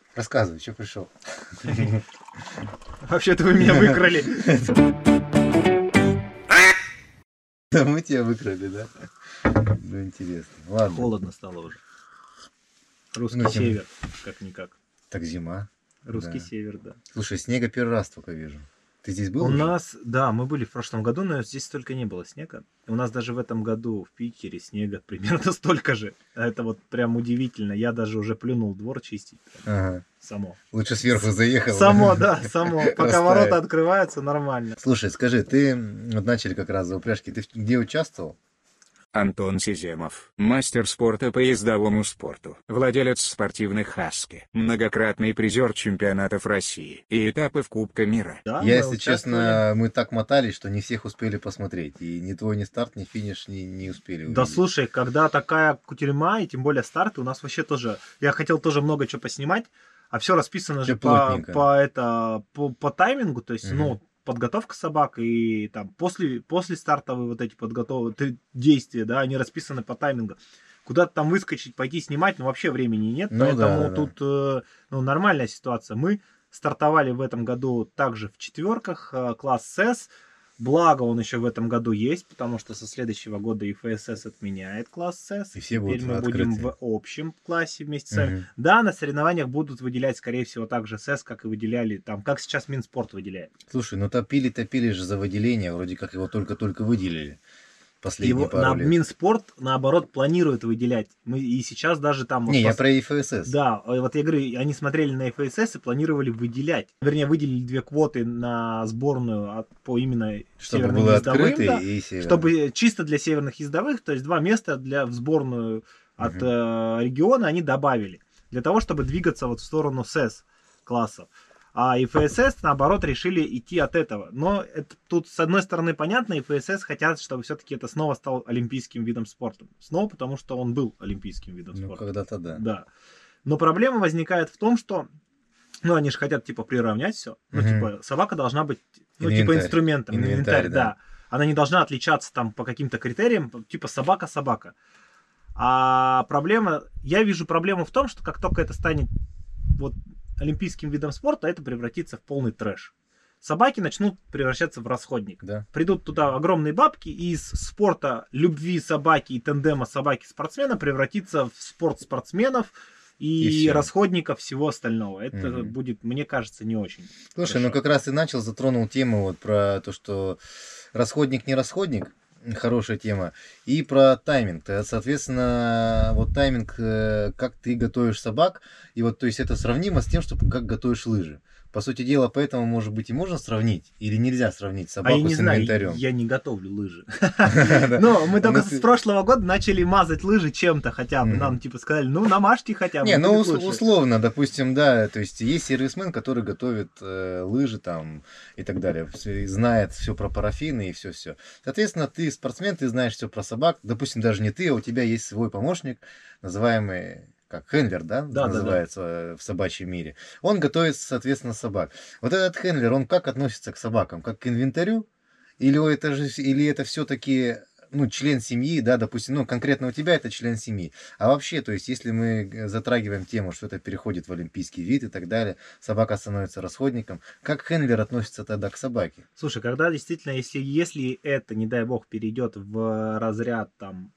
Рассказывай, что пришел. Вообще-то вы меня выкрали. Да мы тебя выкрали, да? Ну, интересно. Ладно. Холодно стало уже. Русский Ну, север, как-никак. Так зима. Русский Да. север, да. Слушай, снега первый раз только вижу. Ты здесь был У уже? нас, да, мы были в прошлом году, но здесь столько не было снега. У нас даже в этом году в Питере снега примерно столько же. Это вот прям удивительно. Я даже уже плюнул двор чистить. Ага. Само. Лучше сверху заехал. Само, да, само. Пока Растает. ворота открываются, нормально. Слушай, скажи, ты вот начали как раз за упряжки. Ты где участвовал? Антон Сиземов, мастер спорта по ездовому спорту, владелец спортивных «Хаски», многократный призер чемпионатов России и этапов Кубка мира. Да, Я, мы если участвовали. честно, мы так мотались, что не всех успели посмотреть. И ни твой, ни старт, ни финиш не успели Да увидеть. слушай, когда такая кутерьма, и тем более старты, у нас вообще тоже... Я хотел тоже много чего поснимать, а все расписано же плотненько. по таймингу, то есть, Мгм. ну, подготовка собак и там после стартовые вот эти действия, да, они расписаны по таймингу. Куда-то там выскочить, пойти снимать, ну, вообще времени нет, Ну поэтому да. тут ну, нормальная ситуация. Мы стартовали в этом году также в четверках, класс СЭС. Благо он еще в этом году есть, потому что со следующего года и ФСС отменяет класс СЭС. И все Теперь будут мы будем открытые. в общем классе вместе с вами. Мгм. Да, на соревнованиях будут выделять, скорее всего, так же СЭС, как и выделяли там, как сейчас Минспорт выделяет. Слушай, ну топили же за выделение, вроде как его только-только выделили. Последние Его на пару лет. Минспорт, наоборот, планирует выделять. Мы и сейчас даже там... вот Не, я про ИФСС. Да, вот я говорю, они смотрели на ФСС и планировали выделять. Вернее, выделили 2 квоты на сборную по именно Чтобы северным было ездовым, открытый да, и северный. чтобы чисто для северных ездовых, то есть 2 места в сборную от региона они добавили. Для того, чтобы двигаться вот в сторону СЭС классов. А ИФСС, наоборот, решили идти от этого. Но это, тут, с одной стороны, понятно, ИФСС хотят, чтобы все-таки это снова стал олимпийским видом спорта. Снова, потому что он был олимпийским видом Ну, спорта. когда-то да. Да. Но проблема возникает в том, что, ну, они же хотят, типа, приравнять все. Ну, Мгм. типа, собака должна быть, ну, Инвентарь. типа, инструментом, Инвентарь, да. да. Она не должна отличаться там по каким-то критериям, типа, собака-собака. А проблема, я вижу проблему в том, что как только это станет вот олимпийским видом спорта, это превратится в полный трэш. Собаки начнут превращаться в расходник. Да. Придут туда огромные бабки, и из спорта любви собаки и тандема собаки-спортсмена превратится в спорт спортсменов И и всё. расходников всего остального. Это Мгм. будет, мне кажется, не очень. Слушай, хорошо. ну как раз и затронул тему вот про то, что расходник не расходник, хорошая тема, и про тайминг. Соответственно, вот тайминг, как ты готовишь собак, и вот, то есть это сравнимо с тем, что как готовишь лыжи. По сути дела, поэтому, может быть, и можно сравнить, или нельзя сравнить А собаку я не с знаю, инвентарем. я не готовлю лыжи. Да. Но мы только Ну, с прошлого года начали мазать лыжи чем-то хотя бы. Мгм. Нам типа сказали, ну намажьте хотя бы. Не, ну будет лучше. условно, допустим, да, то есть есть сервисмен, который готовит лыжи там и так далее, и знает все про парафины и все-все. Соответственно, ты спортсмен, ты знаешь все про собак, допустим, даже не ты, а у тебя есть свой помощник, называемый как хендлер, да, Да. называется в собачьем мире. Он готовит, соответственно, собак. Вот этот хендлер, он как относится к собакам? Как к инвентарю? Или это все-таки ну, член семьи, да, допустим, ну, конкретно у тебя это член семьи. А вообще, то есть, если мы затрагиваем тему, что это переходит в олимпийский вид и так далее, собака становится расходником, как хендлер относится тогда к собаке? Слушай, когда действительно, если это, не дай бог, перейдет в разряд там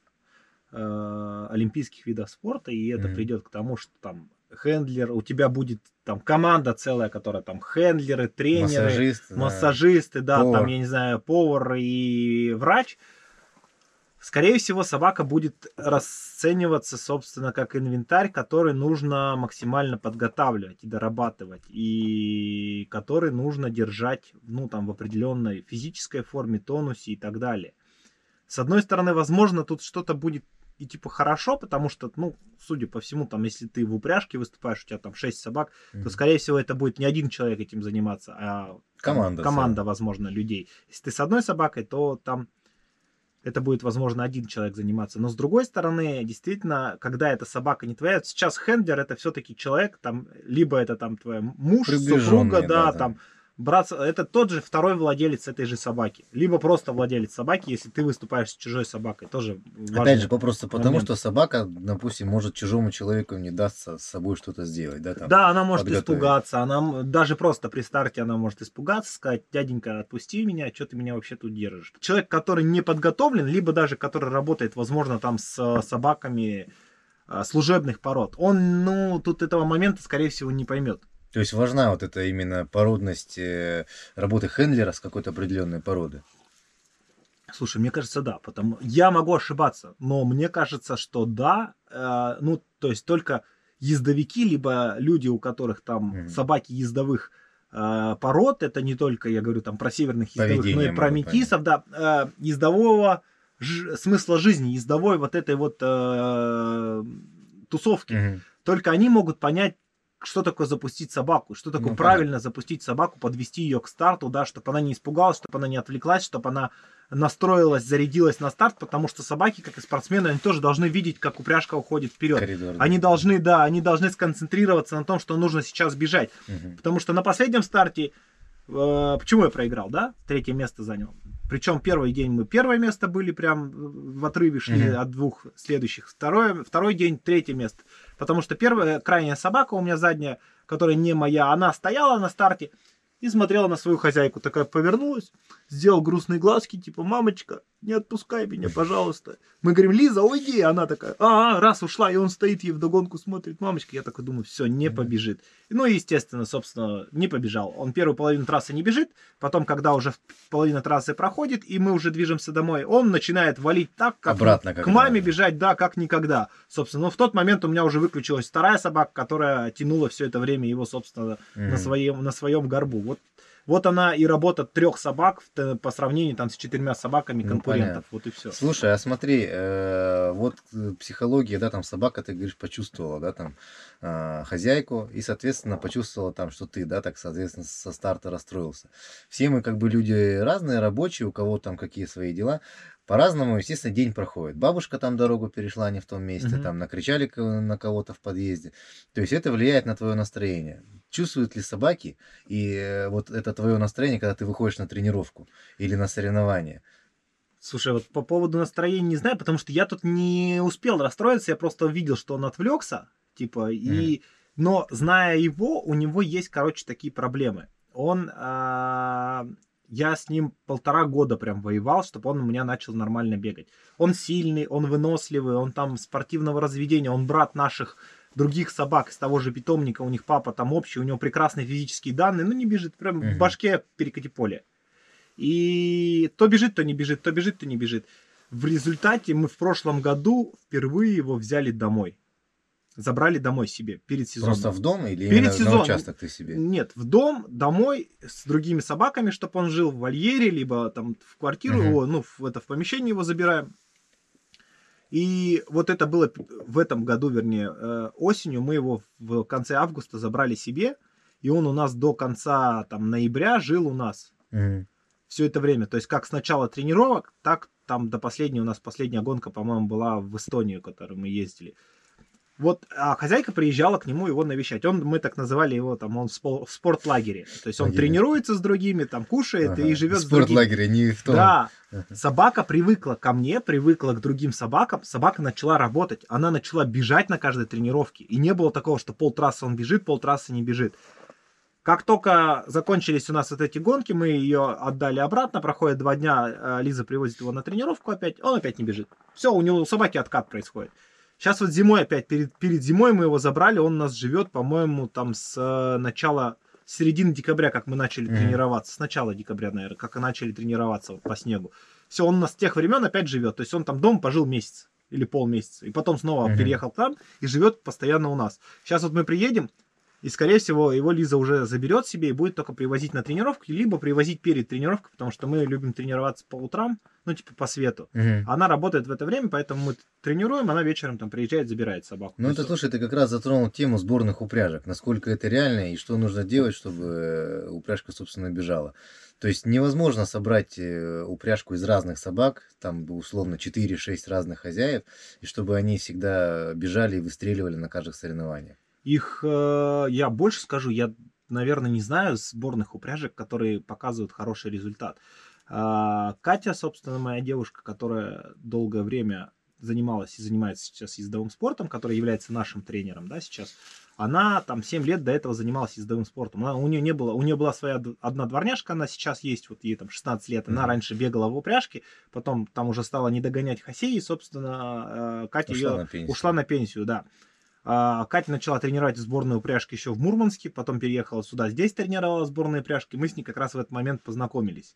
олимпийских видов спорта, и это придет к тому, что там хендлер, у тебя будет там команда целая, которая там хендлеры, тренеры, массажисты, да, повар. там, я не знаю, повар и врач, скорее всего, собака будет расцениваться, собственно, как инвентарь, который нужно максимально подготавливать и дорабатывать, и который нужно держать, ну, там, в определенной физической форме, тонусе и так далее. С одной стороны, возможно, тут что-то будет и типа хорошо, потому что, ну, судя по всему, там, если ты в упряжке выступаешь, у тебя там 6 собак, то, скорее всего, это будет не один человек этим заниматься, а команда, возможно, людей. Если ты с одной собакой, то там это будет, возможно, один человек заниматься. Но с другой стороны, действительно, когда эта собака не твоя, сейчас хендлер это все-таки человек, там, либо это там твой муж, супруга, да, там, браться, это тот же второй владелец этой же собаки. Либо просто владелец собаки, если ты выступаешь с чужой собакой. Тоже важный Опять же, просто потому, момент. что собака, допустим, может чужому человеку не дастся с собой что-то сделать, да, там, Да, она может подготовить. испугаться, даже просто при старте она может испугаться, сказать: дяденька, отпусти меня, что ты меня вообще тут держишь. Человек, который не подготовлен, либо даже который работает, возможно, там с собаками служебных пород, он, ну, тут этого момента, скорее всего, не поймет. То есть важна вот эта именно породность работы хендлера с какой-то определенной породы. Слушай, мне кажется, да, потому я могу ошибаться, но мне кажется, что да, ну, то есть только ездовики, либо люди, у которых там собаки ездовых пород, это не только, я говорю, там про северных ездовых, Поведение но и про могут метисов, да, ездового смысла жизни, ездовой вот этой вот тусовки. Только они могут понять, что такое запустить собаку, что такое правильно запустить собаку, подвести ее к старту, да, чтобы она не испугалась, чтобы она не отвлеклась, чтобы она настроилась, зарядилась на старт, потому что собаки, как и спортсмены, они тоже должны видеть, как упряжка уходит вперед. Коридор, они должны, да, они должны сконцентрироваться на том, что нужно сейчас бежать. Потому что на последнем старте, почему я проиграл, да, 3-е место занял. Причем первый день мы 1-е место были, прям в отрыве шли от 2 следующих. Второй день 3-е место. Потому что первая крайняя собака у меня задняя, которая не моя, она стояла на старте и смотрела на свою хозяйку. Такая повернулась, сделал грустные глазки, типа: мамочка, не отпускай меня, пожалуйста. Мы говорим: Лиза, уйди. Она такая: раз ушла, и он стоит ей вдогонку, смотрит: мамочка. Я такой думаю: все, не побежит. Ну и, естественно, собственно, не побежал. Он первую половину трассы не бежит, потом, когда уже половина трассы проходит, и мы уже движемся домой, он начинает валить так, как обратно, к маме бежать, да, как никогда. Собственно, но в тот момент у меня уже выключилась вторая собака, которая тянула все это время его, собственно, на своем горбу. Вот она и работа 3 собак по сравнению там с 4 собаками конкурентов. Вот и все. Слушай, а смотри, вот психология, да, там собака, ты говоришь, почувствовала, да, там хозяйку, и, соответственно, почувствовала там, что ты, да, так, соответственно, со старта расстроился. Все мы как бы люди разные, рабочие, у кого там какие свои дела. По-разному, естественно, день проходит. Бабушка там дорогу перешла не в том месте, там накричали на кого-то в подъезде. То есть это влияет на твое настроение. Чувствуют ли собаки и вот это твое настроение, когда ты выходишь на тренировку или на соревнования? Слушай, вот по поводу настроения не знаю, потому что я тут не успел расстроиться, я просто увидел, что он отвлекся, типа, но зная его, у него есть, короче, такие проблемы. Я с ним 1,5 года прям воевал, чтобы он у меня начал нормально бегать. Он сильный, он выносливый, он там спортивного разведения, он брат наших других собак из того же питомника, у них папа там общий, у него прекрасные физические данные, ну не бежит, прям в башке перекати поле. И то бежит, то не бежит, то бежит, то не бежит. В результате мы в прошлом году впервые его взяли домой. Забрали домой себе перед сезоном. Просто в дом или перед именно сезоном. на участок ты себе? Нет, в дом, домой, с другими собаками, чтобы он жил в вольере, либо там в квартиру его, ну, в помещение его забираем. И вот это было в этом году, вернее, осенью. Мы его в конце августа забрали себе, и он у нас до конца там ноября жил у нас. Все это время. То есть как с начала тренировок, так там до последней, у нас последняя гонка, по-моему, была в Эстонию, которую мы ездили. Вот, а хозяйка приезжала к нему его навещать. Мы так называли его, там, он в спортлагере. То есть он тренируется с другими, там, кушает и живет с другими. В спортлагере, не в том. Да, собака привыкла ко мне, привыкла к другим собакам. Собака начала работать. Она начала бежать на каждой тренировке. И не было такого, что полтрассы он бежит, полтрассы не бежит. Как только закончились у нас вот эти гонки, мы ее отдали обратно, проходит 2 дня, Лиза привозит его на тренировку опять, он опять не бежит. Все, у собаки откат происходит. Сейчас вот зимой опять, перед зимой мы его забрали, он у нас живет, по-моему, там с середины декабря, как мы начали тренироваться, с начала декабря, наверное, как и начали тренироваться вот по снегу. Все, он у нас с тех времен опять живет, то есть он там дома пожил месяц или полмесяца, и потом снова переехал к нам и живет постоянно у нас. Сейчас вот мы приедем, и, скорее всего, его Лиза уже заберет себе и будет только привозить на тренировки, либо привозить перед тренировкой, потому что мы любим тренироваться по утрам, ну, типа по свету. Она работает в это время, поэтому мы тренируем, она вечером там приезжает, забирает собаку. Ну, это, слушай, ты как раз затронул тему сборных упряжек. Насколько это реально и что нужно делать, чтобы упряжка, собственно, бежала. То есть невозможно собрать упряжку из разных собак, там, условно, 4-6 разных хозяев, и чтобы они всегда бежали и выстреливали на каждых соревнованиях. Их, я больше скажу, я наверное, не знаю сборных упряжек, которые показывают хороший результат. Катя, собственно, моя девушка, которая долгое время занималась и занимается сейчас ездовым спортом, которая является нашим тренером, да, сейчас, она там 7 лет до этого занималась ездовым спортом. У нее была своя одна дворняжка, она сейчас есть, вот ей там 16 лет, она раньше бегала в упряжке, потом там уже стала не догонять Хасей, и, собственно, Катя ушла на пенсию, да. Катя начала тренировать сборную упряжки еще в Мурманске, потом переехала сюда, здесь тренировала сборные упряжки, мы с ней как раз в этот момент познакомились.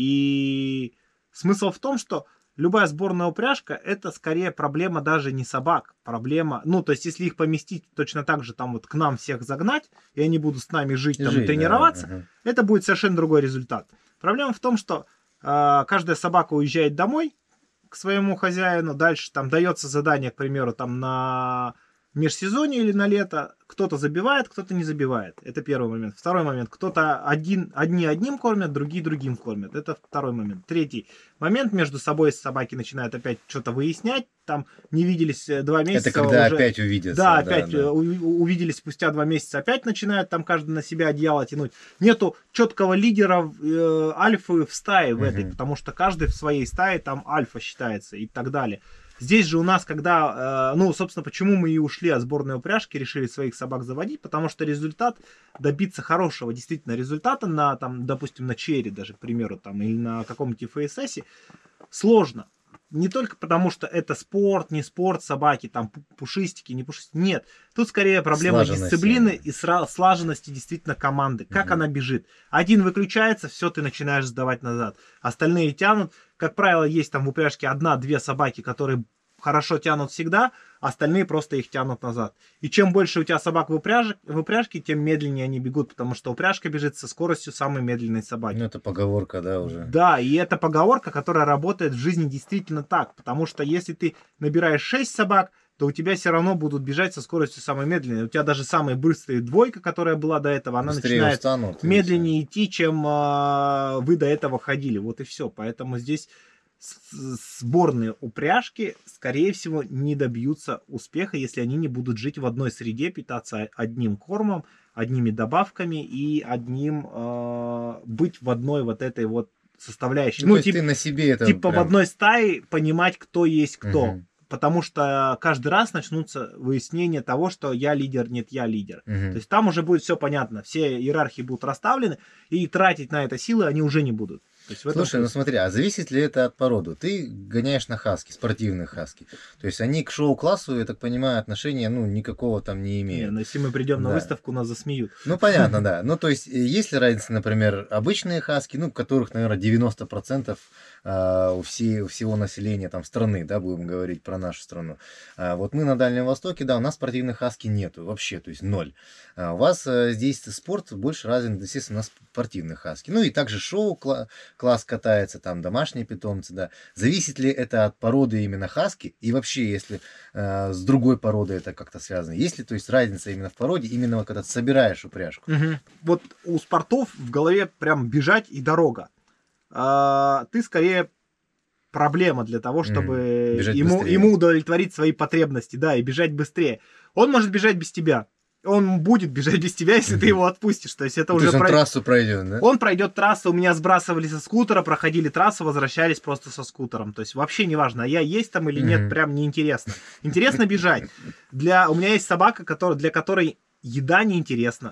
И смысл в том, что любая сборная упряжка — это скорее проблема даже не собак, проблема, ну, то есть если их поместить точно так же там вот к нам всех загнать, и они будут с нами жить там и тренироваться, да, это будет совершенно другой результат. Проблема в том, что каждая собака уезжает домой к своему хозяину, дальше там дается задание, к примеру, там на межсезонье или на лето, кто-то забивает, кто-то не забивает. Это первый момент. Второй момент. Кто-то одни одним кормят, другие другим кормят. Это второй момент. Третий момент. Между собой собаки начинают опять что-то выяснять. Там не виделись 2 месяца. Это когда уже опять увидятся. Да, опять увиделись спустя 2 месяца. Опять начинают там каждый на себя одеяло тянуть. Нету четкого лидера альфы в стае в этой. Потому что каждый в своей стае там альфа считается и так далее. Здесь же у нас, когда, ну, собственно, почему мы и ушли от сборной упряжки, решили своих собак заводить, потому что результат, добиться хорошего действительно результата на, там, допустим, на черри даже, к примеру, там, или на каком-нибудь ФСС сложно. Не только потому, что это спорт, не спорт, собаки, там, пушистики, не пушистики. Нет, тут скорее проблема дисциплины и слаженности действительно команды. Как она бежит. Один выключается, все, ты начинаешь сдавать назад. Остальные тянут. Как правило, есть там в упряжке 1-2 собаки, которые хорошо тянут всегда, остальные просто их тянут назад. И чем больше у тебя собак в упряжке, тем медленнее они бегут, потому что упряжка бежит со скоростью самой медленной собаки. Ну, это поговорка, да, уже. Да, и это поговорка, которая работает в жизни действительно так, потому что если ты набираешь 6 собак, то у тебя все равно будут бежать со скоростью самой медленной. У тебя даже самая быстрая двойка, которая была до этого, она быстрее начинает медленнее идти, чем вы до этого ходили. Вот и все. Поэтому здесь сборные упряжки, скорее всего, не добьются успеха, если они не будут жить в одной среде, питаться одним кормом, одними добавками и одним быть в одной вот этой вот составляющей. Ну, ты на себе это типа прям в одной стае понимать, кто есть кто. Потому что каждый раз начнутся выяснения того, что я лидер, нет, я лидер. То есть там уже будет все понятно. Все иерархии будут расставлены, и тратить на это силы они уже не будут. Слушай, ну смотри, а зависит ли это от породы? Ты гоняешь на хаски, спортивных хаски. То есть они к шоу-классу, я так понимаю, отношения, ну, никакого там не имеют. Но если мы придем на выставку, нас засмеют. Ну, понятно, да. Ну, то есть, есть ли разница, например, обычные хаски, ну, которых, наверное, 90% у всего населения там страны, да, будем говорить про нашу страну. Вот мы на Дальнем Востоке, да, у нас спортивных хаски нету вообще, то есть 0. У вас здесь спорт больше развит, естественно, на спортивных хаски. Ну, и также шоу-класс катается, там домашние питомцы, да. Зависит ли это от породы именно хаски? И вообще, если с другой породой это как-то связано? Есть ли, то есть, разница именно в породе, именно когда ты собираешь упряжку? Вот у спортов в голове прям бежать и дорога. Ты скорее проблема для того, чтобы ему удовлетворить свои потребности, да, и бежать быстрее. Он может бежать без тебя. Он будет бежать без тебя, если ты его отпустишь. То есть это уже он трассу пройдет, да? Он пройдет трассу. У меня сбрасывали со скутера, проходили трассу, возвращались просто со скутером. То есть вообще не важно, я есть там или нет, прям неинтересно. Интересно бежать. У меня есть собака, для которой еда неинтересна,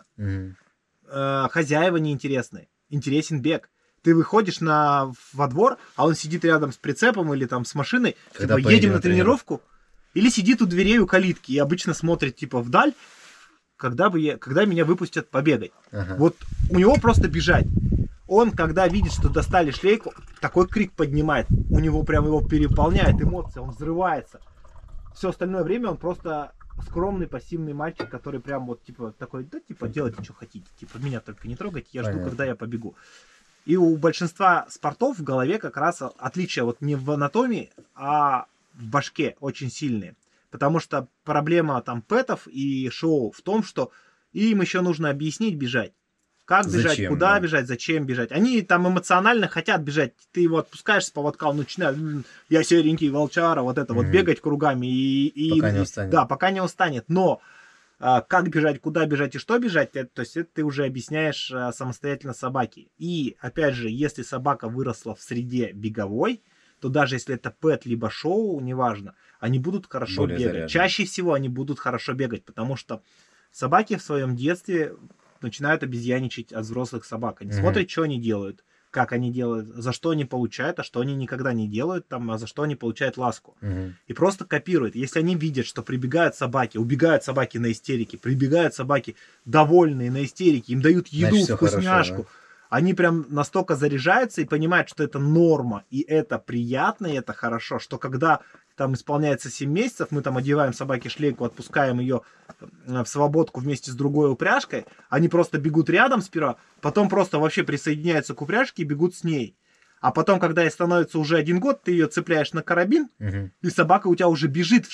хозяева неинтересны. Интересен бег. Ты выходишь во двор, а он сидит рядом с прицепом или там с машиной, типа, едем на тренировку, или сидит у дверей у калитки и обычно смотрит типа вдаль, когда меня выпустят побегать. Вот у него просто бежать. Он, когда видит, что достали шлейку, такой крик поднимает, у него прям его переполняет эмоции, он взрывается. Все остальное время он просто скромный, пассивный мальчик, который прям вот типа такой, да типа делайте, что хотите, типа меня только не трогайте, я жду, когда я побегу. И у большинства спортов в голове как раз отличия вот не в анатомии, а в башке очень сильные. Потому что проблема там пэтов и шоу в том, что им еще нужно объяснить бежать. Как бежать, зачем, куда бежать, зачем бежать. Они там эмоционально хотят бежать. Ты его отпускаешь с поводка, он начинает, я серенький волчара, вот это вот бегать кругами. Пока не устанет. Да, пока не устанет. Но как бежать, куда бежать и что бежать, то есть это ты уже объясняешь самостоятельно собаке. И, опять же, если собака выросла в среде беговой, то даже если это пэт либо шоу, неважно, они будут хорошо Более бегать. заряженные. Чаще всего они будут хорошо бегать, потому что собаки в своем детстве начинают обезьяничать от взрослых собак. Они смотрят, что они делают, как они делают, за что они получают, а что они никогда не делают, там, а за что они получают ласку. И просто копируют. Если они видят, что прибегают собаки, убегают собаки на истерике, прибегают собаки довольные на истерике, им дают еду, Значит, всё вкусняшку, хорошо, они прям настолько заряжаются и понимают, что это норма, и это приятно, и это хорошо, что когда там исполняется 7 месяцев, мы там одеваем собаке шлейку, отпускаем ее в свободку вместе с другой упряжкой, они просто бегут рядом сперва, потом просто вообще присоединяются к упряжке и бегут с ней. А потом, когда ей становится уже 1 год, ты ее цепляешь на карабин, и собака у тебя уже бежит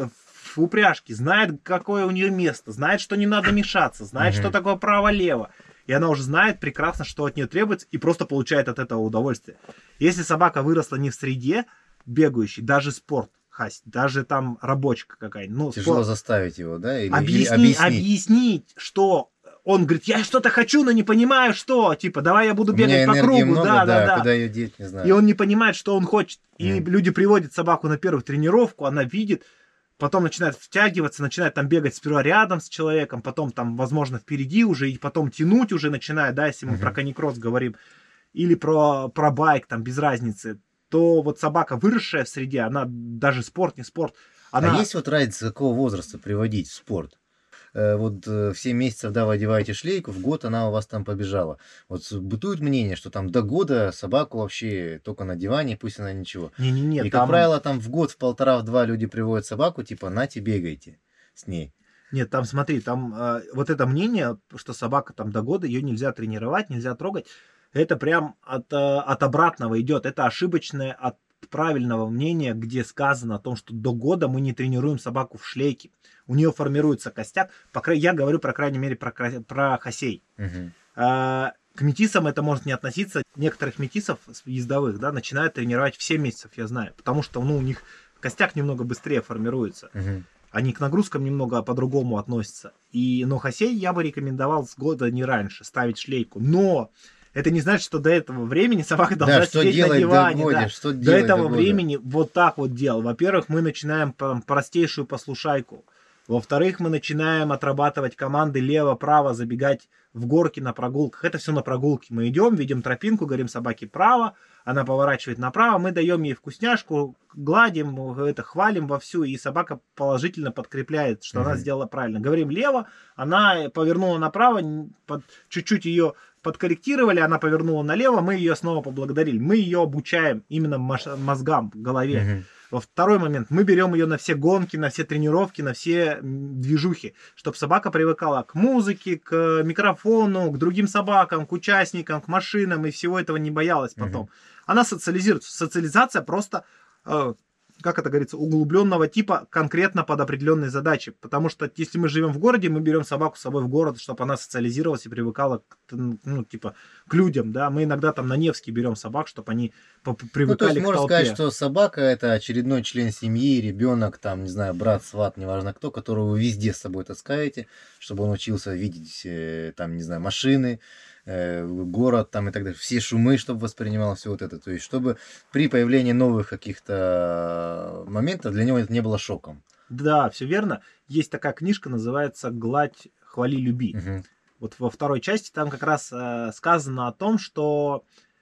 в упряжке, знает, какое у нее место, знает, что не надо мешаться, знает, что такое право-лево. И она уже знает прекрасно, что от нее требуется, и просто получает от этого удовольствие. Если собака выросла не в среде бегающей, даже спорт, даже там рабочка какая-нибудь. Ну, тяжело спорт. заставить его, да? Или Объяснить, что он говорит, я что-то хочу, но не понимаю, что. Типа, давай я буду бегать по кругу. Много, да. Куда ее деть, не знаю. И он не понимает, что он хочет. И люди приводят собаку на первую тренировку, она видит, потом начинает втягиваться, начинает там бегать сперва рядом с человеком, потом там, возможно, впереди уже, и потом тянуть уже начинает, да, если мы про каникросс говорим, или про байк, там, без разницы, то вот собака, выросшая в среде, она даже спорт, не спорт, она... А есть вот разница, какого возраста приводить в спорт? Вот в 7 месяцев, да, вы одеваете шлейку, в год она у вас там побежала. Вот бытует мнение, что там до года собаку вообще только на диване, пусть она ничего. Не-не-не, И, как правило, там в год, в 1,5-2 люди приводят собаку, типа, нате, бегайте с ней. Нет, там смотри, там вот это мнение, что собака там до года, ее нельзя тренировать, нельзя трогать, это прям от обратного идет, это ошибочное от правильного мнения, где сказано о том, что до года мы не тренируем собаку в шлейке. У нее формируется костяк. Я говорю, по крайней мере, про хасей. К метисам это может не относиться. Некоторых метисов ездовых, да, начинают тренировать в 7 месяцев, я знаю. Потому что у них костяк немного быстрее формируется. Они к нагрузкам немного по-другому относятся. Но хасей я бы рекомендовал с года не раньше ставить шлейку. Но это не значит, что до этого времени собака должна сидеть на диване. До этого времени вот так вот делал. Во-первых, мы начинаем простейшую послушайку. Во-вторых, мы начинаем отрабатывать команды лево-право, забегать в горки на прогулках. Это все на прогулке. Мы идем, видим тропинку, говорим собаке право, она поворачивает направо, мы даем ей вкусняшку, гладим, хвалим вовсю, и собака положительно подкрепляет, что она сделала правильно. Говорим лево, она повернула направо, чуть-чуть ее подкорректировали, она повернула налево, мы ее снова поблагодарили. Мы ее обучаем именно мозгам, голове. Во второй момент, мы берем ее на все гонки, на все тренировки, на все движухи, чтобы собака привыкала к музыке, к микрофону, к другим собакам, к участникам, к машинам, и всего этого не боялась потом. Она социализируется. Социализация просто, как это говорится, углубленного типа, конкретно под определенные задачи. Потому что если мы живем в городе, мы берем собаку с собой в город, чтобы она социализировалась и привыкала к людям. Да? Мы иногда там на Невский берем собак, чтобы они привыкали то есть к можно толпе. сказать, что собака это очередной член семьи, ребенок, там, не знаю, брат, сват, неважно кто, которого вы везде с собой таскаете, чтобы он учился видеть, там, не знаю, машины, город там и так далее, все шумы, чтобы воспринимал все вот это. То есть, чтобы при появлении новых каких-то моментов для него это не было шоком. Да, все верно. Есть такая книжка, называется «Гладь, хвали, люби». Вот во второй части там как раз сказано о том, что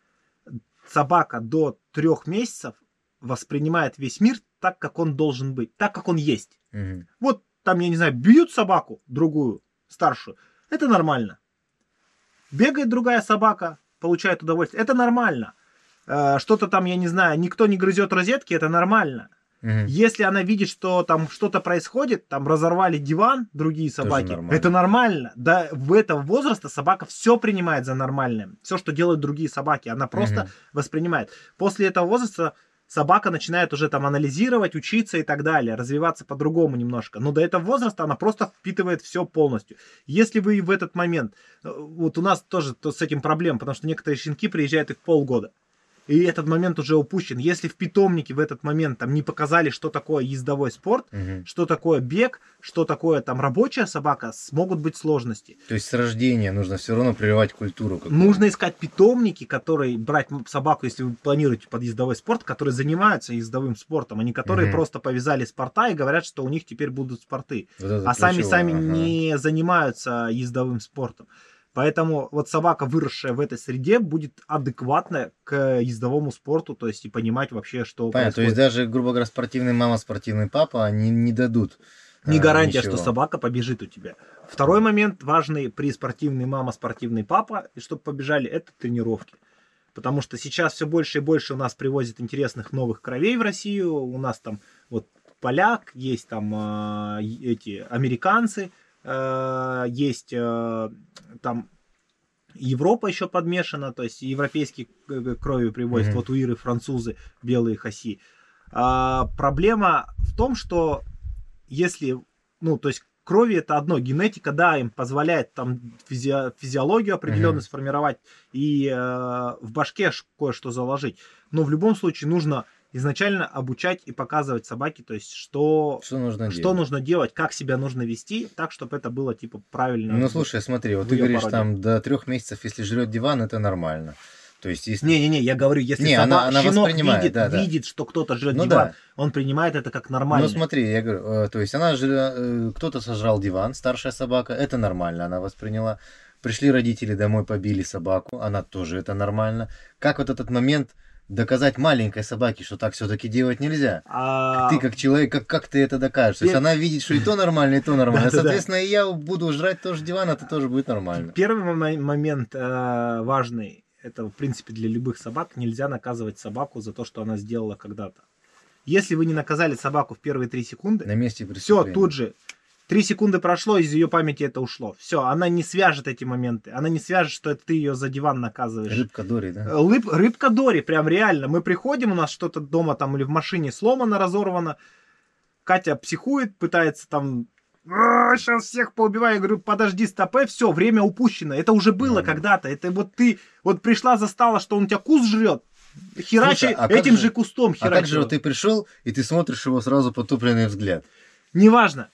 собака до 3 месяцев воспринимает весь мир так, как он должен быть, так, как он есть. Вот там, я не знаю, бьют собаку, другую, старшую, это нормально. Бегает другая собака, получает удовольствие, это нормально. Что-то там, я не знаю, никто не грызет розетки, это нормально. Если она видит, что там что-то происходит, там разорвали диван другие собаки, это нормально. Да, в этого возраста собака все принимает за нормальное. Все, что делают другие собаки, она просто воспринимает. После этого возраста собака начинает уже там анализировать, учиться и так далее, развиваться по-другому немножко. Но до этого возраста она просто впитывает все полностью. Если вы в этот момент... Вот у нас тоже с этим проблем, потому что некоторые щенки приезжают и в полгода. и этот момент уже упущен. Если в питомнике в этот момент там не показали, что такое ездовой спорт, что такое бег, что такое там рабочая собака, могут быть сложности. То есть с рождения нужно все равно прививать культуру какую-то. Нужно искать питомники, которые брать собаку, если вы планируете под ездовой спорт, которые занимаются ездовым спортом, а не которые просто повязали спорта и говорят, что у них теперь будут спорты. Вот это А сами ключевое, не занимаются ездовым спортом. Поэтому вот собака, выросшая в этой среде, будет адекватна к ездовому спорту, то есть и понимать вообще, что Понятно, то происходит. есть даже, грубо говоря, спортивный мама, спортивный папа, они не дадут Не гарантия, ничего. что собака побежит у тебя. Второй момент важный при спортивный мама, спортивный папа, и чтобы побежали, это тренировки. Потому что сейчас все больше и больше у нас привозят интересных новых кровей в Россию. У нас там вот поляк, есть там эти американцы, есть там Европа еще подмешана, то есть европейские крови привозят, вот у Иры французы, белые хаси. Проблема в том, что если, ну, то есть крови это одно, генетика, да, им позволяет там физиологию определенно сформировать и в башке кое-что заложить, но в любом случае нужно изначально обучать и показывать собаке, то есть что нужно делать, как себя нужно вести, так, чтобы это было типа правильно. Ну, слушай, смотри, вот ты говоришь, там до 3 месяцев, если жрет диван, это нормально. То есть, если... Не, я говорю, если она щенок воспринимает, видит, что кто-то жрет Ну диван, да. он принимает это как нормально. Ну смотри, я говорю, то есть кто-то сожрал диван, старшая собака, это нормально, она восприняла. Пришли родители домой, побили собаку, она тоже это нормально. Как вот этот момент доказать маленькой собаке, что так все-таки делать нельзя? Ты как человек, как ты это докажешь? То есть она видит, что и то нормально, и то нормально. Соответственно, и я буду жрать тоже диван, это тоже будет нормально. Первый момент важный, это в принципе для любых собак, нельзя наказывать собаку за то, что она сделала когда-то. Если вы не наказали собаку в первые 3 секунды, на месте преступления. все, тут же 3 секунды прошло, из ее памяти это ушло. Все, она не свяжет эти моменты. Она не свяжет, что это ты ее за диван наказываешь. Рыбка Дори, да? Рыбка Дори, прям реально. Мы приходим, у нас что-то дома там или в машине сломано, разорвано. Катя психует, пытается там... Сейчас всех поубиваю. Я говорю, подожди, стопэ, все, время упущено. Это уже было когда-то. Это вот ты вот пришла, застала, что он у тебя куст жрет. Херачи. Слушай, этим же кустом херачи. А как же вот ты пришел, и ты смотришь его сразу потупленный взгляд? Неважно.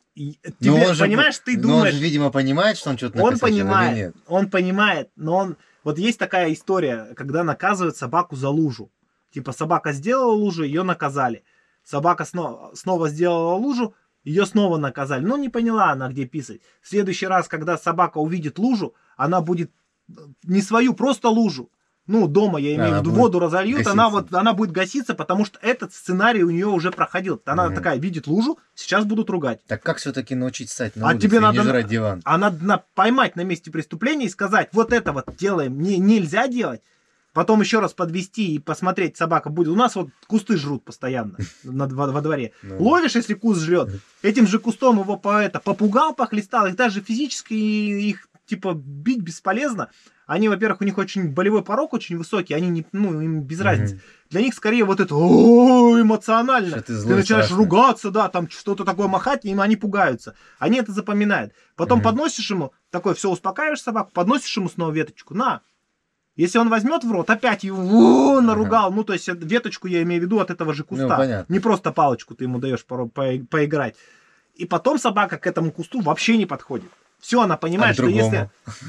Понимаешь, ты думаешь... Он же, видимо, понимает, что он что-то накосячил или нет? Он понимает, но он... Вот есть такая история, когда наказывают собаку за лужу. Типа собака сделала лужу, ее наказали. Собака снова сделала лужу, ее снова наказали. Но не поняла она, где писать. В следующий раз, когда собака увидит лужу, она будет не свою, просто лужу. Ну, дома, я имею в виду, воду разольют, она будет гаситься, потому что этот сценарий у нее уже проходил. Она такая, видит лужу, сейчас будут ругать. Так как все-таки научить стать на улице тебе и надо, не жрать диван? А надо поймать на месте преступления и сказать, вот это вот делаем, нельзя делать. Потом еще раз подвести и посмотреть, собака будет. У нас вот кусты жрут постоянно во дворе. Ловишь, если куст жрет, этим же кустом его попугал, похлестал, их даже физически их типа бить бесполезно. Они, во-первых, у них очень болевой порог очень высокий, они не, ну, им без разницы. Для них скорее вот это эмоционально. Ты начинаешь ругаться, да, там что-то такое махать, и они пугаются. Они это запоминают. Потом подносишь ему, такой, все, успокаиваешь собаку, подносишь ему снова веточку, на. Если он возьмет в рот, опять его наругал. Ну, то есть веточку я имею в виду от этого же куста. Не просто палочку ты ему даешь поиграть. И потом собака к этому кусту вообще не подходит. Все, она понимает, что если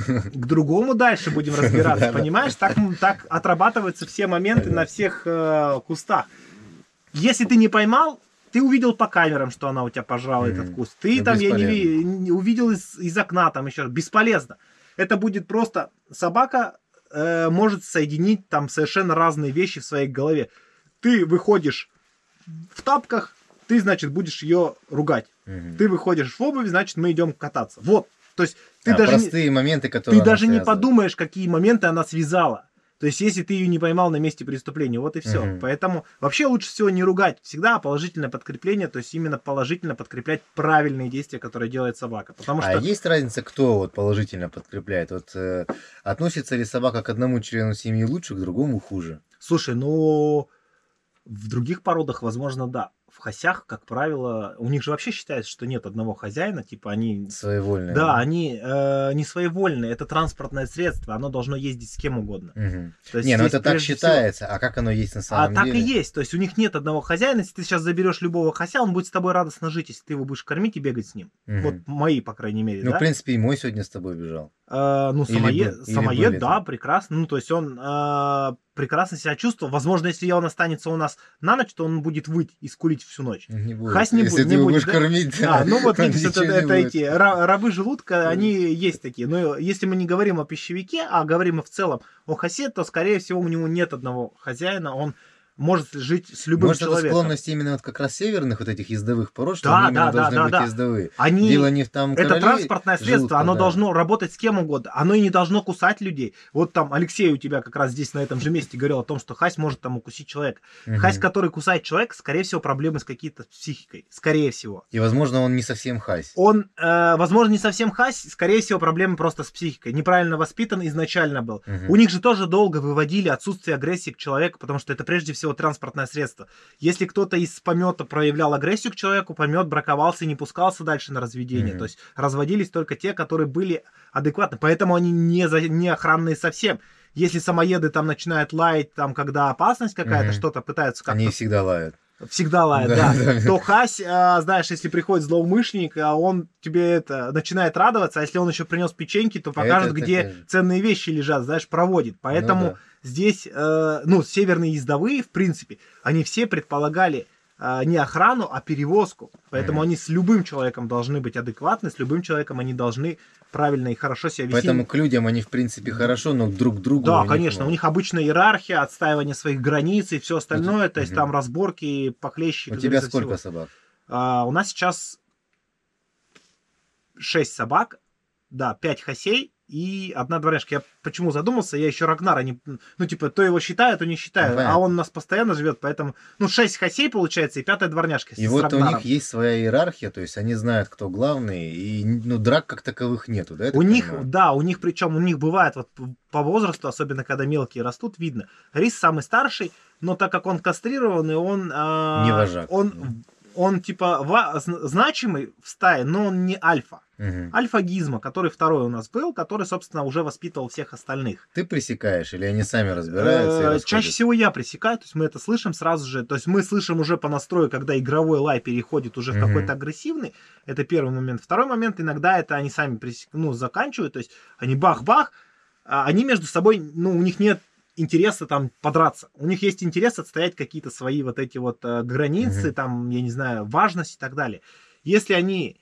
к другому дальше будем разбираться, понимаешь, так отрабатываются все моменты на всех кустах. Если ты не поймал, ты увидел по камерам, что она у тебя пожрала этот куст. Ты там, я не увидел из окна, там еще бесполезно. Это будет просто собака может соединить там совершенно разные вещи в своей голове. Ты выходишь в тапках, ты, значит, будешь ее ругать. Ты выходишь в обуви, значит, мы идем кататься. Вот. То есть ты даже простые моменты, которые ты даже не подумаешь, какие моменты она связала. То есть если ты ее не поймал на месте преступления, вот и все. Поэтому вообще лучше всего не ругать. Всегда положительное подкрепление, то есть именно положительно подкреплять правильные действия, которые делает собака. Потому что... А есть разница, кто вот положительно подкрепляет? Вот относится ли собака к одному члену семьи лучше, к другому хуже? Слушай, ну в других породах, возможно, да. в хасях, как правило, у них же вообще считается, что нет одного хозяина, типа они... Своевольные. Да, они не своевольные, это транспортное средство, оно должно ездить с кем угодно. Мгм. То есть Не, ну здесь это так прежде считается, а как оно есть на всего... А самом так деле? и есть, то есть у них нет одного хозяина, если ты сейчас заберешь любого хася, он будет с тобой радостно жить, если ты его будешь кормить и бегать с ним. Мгм. Вот мои, по крайней мере, Ну, да? в принципе, и мой сегодня с тобой бежал. Ну, Или или самоед, были да, там. прекрасно. Ну, то есть он прекрасно себя чувствовал. Возможно, если он останется у нас на ночь, то он будет выть и скулить всю ночь. Не будет. Хась не Если будет, ты не его будет, будешь да? кормить, Да, ну вот он видишь, ничего не это будет. эти рабы желудка, они есть такие. Но если мы не говорим о пищевике, а говорим в целом о хасе, то, скорее всего, у него нет одного хозяина, он может жить с любым Может, это человеком. склонность именно вот как раз северных вот этих ездовых пород, что Да, они именно да, да, должны да, быть да. ездовые. Они... Дело не в там Это короле транспортное средство, желудка, оно да. должно работать с кем угодно. Оно и не должно кусать людей. Вот там Алексей у тебя как раз здесь на этом же месте говорил о том, что хась может там укусить человека. Мгм. Хась, который кусает человека, скорее всего, проблемы с какой-то психикой. Скорее всего. И, возможно, он не совсем хась. Он, возможно, не совсем хась, скорее всего, проблемы просто с психикой. Неправильно воспитан изначально был. Мгм. У них же тоже долго выводили отсутствие агрессии к человеку, потому что это прежде всего транспортное средство. Если кто-то из помета проявлял агрессию к человеку, помет браковался и не пускался дальше на разведение. Мгм. То есть разводились только те, которые были адекватны. Поэтому они не охранные совсем. Если самоеды там начинают лаять, там, когда опасность какая-то, Мгм. что-то пытаются как-то... Они всегда лают. Всегда лает, Да, да. да. То хась, знаешь, если приходит злоумышленник, он тебе это начинает радоваться, а если он еще принес печеньки, то покажет, Это где такая- ценные вещи лежат, знаешь, проводит. Поэтому Ну да. здесь, северные ездовые, в принципе, они все предполагали не охрану, а перевозку. Поэтому Мгм. они с любым человеком должны быть адекватны, с любым человеком они должны правильно и хорошо себя вести. Поэтому к людям они, в принципе, хорошо, но друг к другу Да, у них, конечно, ну, у них обычная иерархия, отстаивание своих границ и все остальное, то есть Мгм. там разборки, похлеще. У как тебя говорится, сколько всего. собак? У нас сейчас 6 собак, да, 5 хасей и одна дворняжка. Я почему задумался, я еще Рагнара не... Ну, типа, то его считаю, то не считаю. Ну, понятно. А он у нас постоянно живет, поэтому... 6 хасей получается и 5-я дворняжка И с вот у Рагнаром. них есть своя иерархия, то есть они знают, кто главный, и драк как таковых нету, да? я У так них, понимаю? да, у них причем, у них бывает вот по возрасту, особенно когда мелкие растут, видно. Рис самый старший, но так как он кастрированный, он... Не вожак. Он типа значимый в стае, но он не альфа. Мгм. Альфа-гизма, который второй у нас был, который, собственно, уже воспитывал всех остальных. Ты пресекаешь, или они сами разбираются и расходятся? Чаще всего я пресекаю, то есть мы это слышим сразу же, то есть мы слышим уже по настрою, когда игровой лай переходит уже в Мгм. какой-то агрессивный, это первый момент. Второй момент, иногда это они сами заканчивают, то есть они бах-бах, а они между собой, у них нет интереса там подраться. У них есть интерес отстоять какие-то свои вот эти вот границы, Мгм. там, я не знаю, важность и так далее. Если они,